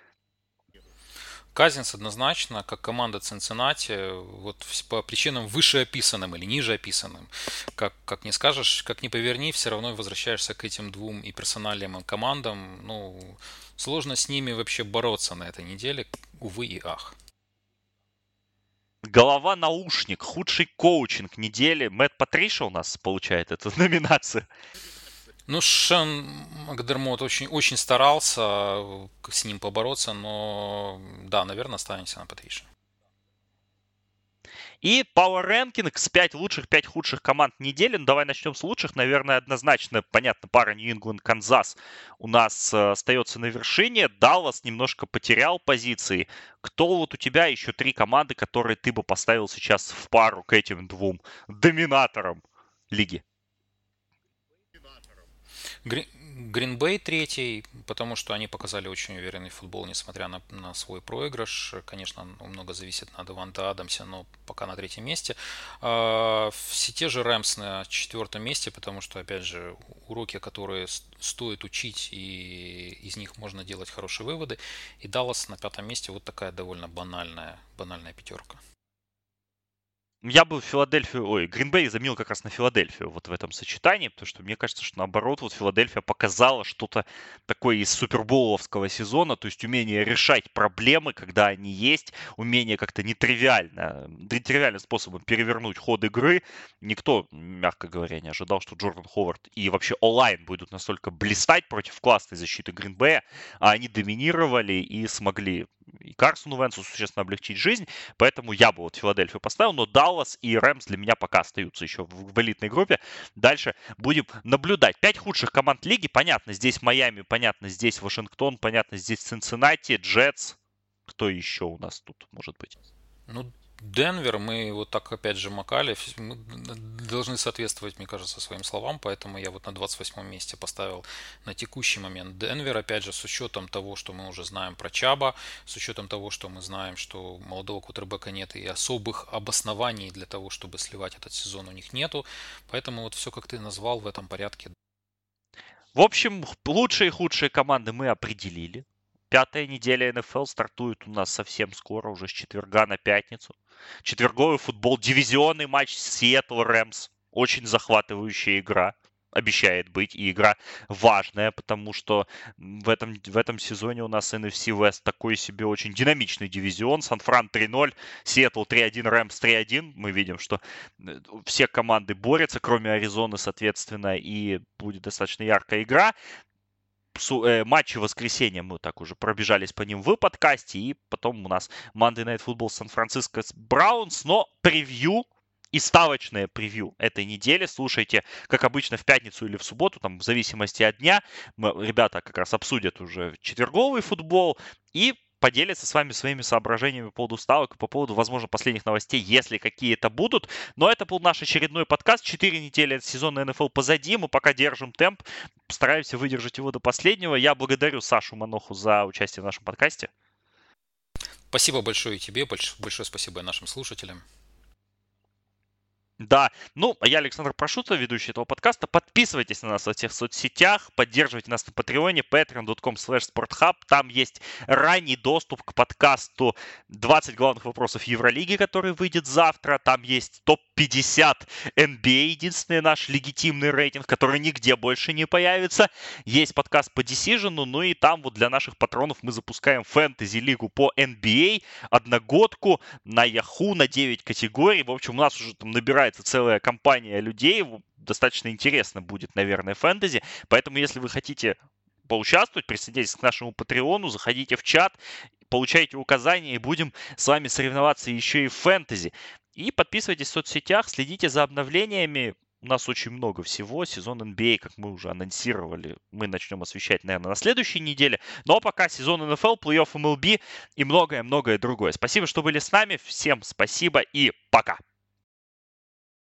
Казинс однозначно, как команда Цинциннати, вот по причинам вышеописанным или нижеописанным, как не скажешь, как не поверни, все равно возвращаешься к этим двум и персональным командам. Сложно с ними вообще бороться на этой неделе, увы и ах. Голова-наушник, худший коучинг недели. Мэтт Патриша у нас получает эту номинацию. Шен Макдермот очень, очень старался с ним побороться, но да, наверное, останемся на Патрише. И Power Rankings, 5 лучших, 5 худших команд недели. Давай начнем с лучших. Наверное, однозначно, понятно, пара Нью-Ингланд, Канзас у нас остается на вершине. Даллас немножко потерял позиции. Кто вот у тебя еще 3 команды, которые ты бы поставил сейчас в пару к этим двум доминаторам лиги? Грин-Бэй третий, потому что они показали очень уверенный футбол, несмотря на свой проигрыш. Конечно, много зависит на Деванте Адамсе, но пока на третьем месте. Все те же Рэмс на четвертом месте, потому что, опять же, уроки, которые стоит учить, и из них можно делать хорошие выводы. И Даллас на пятом месте, вот такая довольно банальная пятерка. Я бы Грин-Бэй заменил как раз на Филадельфию вот в этом сочетании, потому что мне кажется, что наоборот, вот Филадельфия показала что-то такое из супербоуловского сезона, то есть умение решать проблемы, когда они есть, умение как-то нетривиальным способом перевернуть ход игры. Никто, мягко говоря, не ожидал, что Джордан Ховард и вообще онлайн будут настолько блистать против классной защиты Грин-Бэя, а они доминировали и смогли и Карсону Венсу существенно облегчить жизнь, поэтому я бы вот Филадельфию поставил, но Даллас и Рэмс для меня пока остаются еще в элитной группе. Дальше будем наблюдать. 5 худших команд лиги, понятно, здесь Майами, понятно, здесь Вашингтон, понятно, здесь Цинциннати, Джетс. Кто еще у нас тут может быть? Ну, Денвер, мы вот так опять же макали, мы должны соответствовать, мне кажется, своим словам, поэтому я вот на 28 месте поставил на текущий момент Денвер, опять же, с учетом того, что мы уже знаем про Чаба, с учетом того, что мы знаем, что молодого квотербека нет и особых обоснований для того, чтобы сливать этот сезон у них нету, поэтому вот все, как ты назвал, в этом порядке. В общем, лучшие и худшие команды мы определили. Пятая неделя НФЛ стартует у нас совсем скоро, уже с четверга на пятницу. Четверговый футбол, дивизионный матч Сиэтл Рэмс. Очень захватывающая игра. Обещает быть. И игра важная, потому что в этом сезоне у нас NFC West такой себе очень динамичный дивизион. Сан-Фран 3-0, Сиэтл 3-1, Рэмс 3-1. Мы видим, что все команды борются, кроме Аризоны, соответственно, и будет достаточно яркая игра. Матчи воскресенья мы так уже пробежались по ним в подкасте, и потом у нас Monday Night Football Сан-Франциско Браунс, но превью и ставочное превью этой недели слушайте, как обычно, в пятницу или в субботу, там, в зависимости от дня. Ребята как раз обсудят уже четверговый футбол и поделятся с вами своими соображениями по поводу ставок и по поводу, возможно, последних новостей, если какие-то будут. Но это был наш очередной подкаст. 4 недели сезона НФЛ позади. Мы пока держим темп. Стараемся выдержать его до последнего. Я благодарю Сашу Маноху за участие в нашем подкасте. Спасибо большое и тебе, большое спасибо и нашим слушателям. Да, ну, а я Александр Прошутов, ведущий этого подкаста. Подписывайтесь на нас во всех соцсетях, поддерживайте нас на Патреоне, patreon.com/sporthub. Там есть ранний доступ к подкасту 20 главных вопросов Евролиги, который выйдет завтра. Там есть топ-50 NBA, единственный наш легитимный рейтинг, который нигде больше не появится. Есть подкаст по Decision, ну и там вот для наших патронов мы запускаем фэнтези-лигу по NBA, одногодку на Yahoo, на 9 категорий. В общем, у нас уже там набирается целая компания людей. Достаточно интересно будет, наверное, фэнтези. Поэтому, если вы хотите поучаствовать, присоединяйтесь к нашему Патреону, заходите в чат, получайте указания, и будем с вами соревноваться еще и в фэнтези. И подписывайтесь в соцсетях, следите за обновлениями. У нас очень много всего. Сезон NBA, как мы уже анонсировали, мы начнем освещать, наверное, на следующей неделе. Но пока сезон NFL, плей-офф MLB и многое-многое другое. Спасибо, что были с нами. Всем спасибо и пока.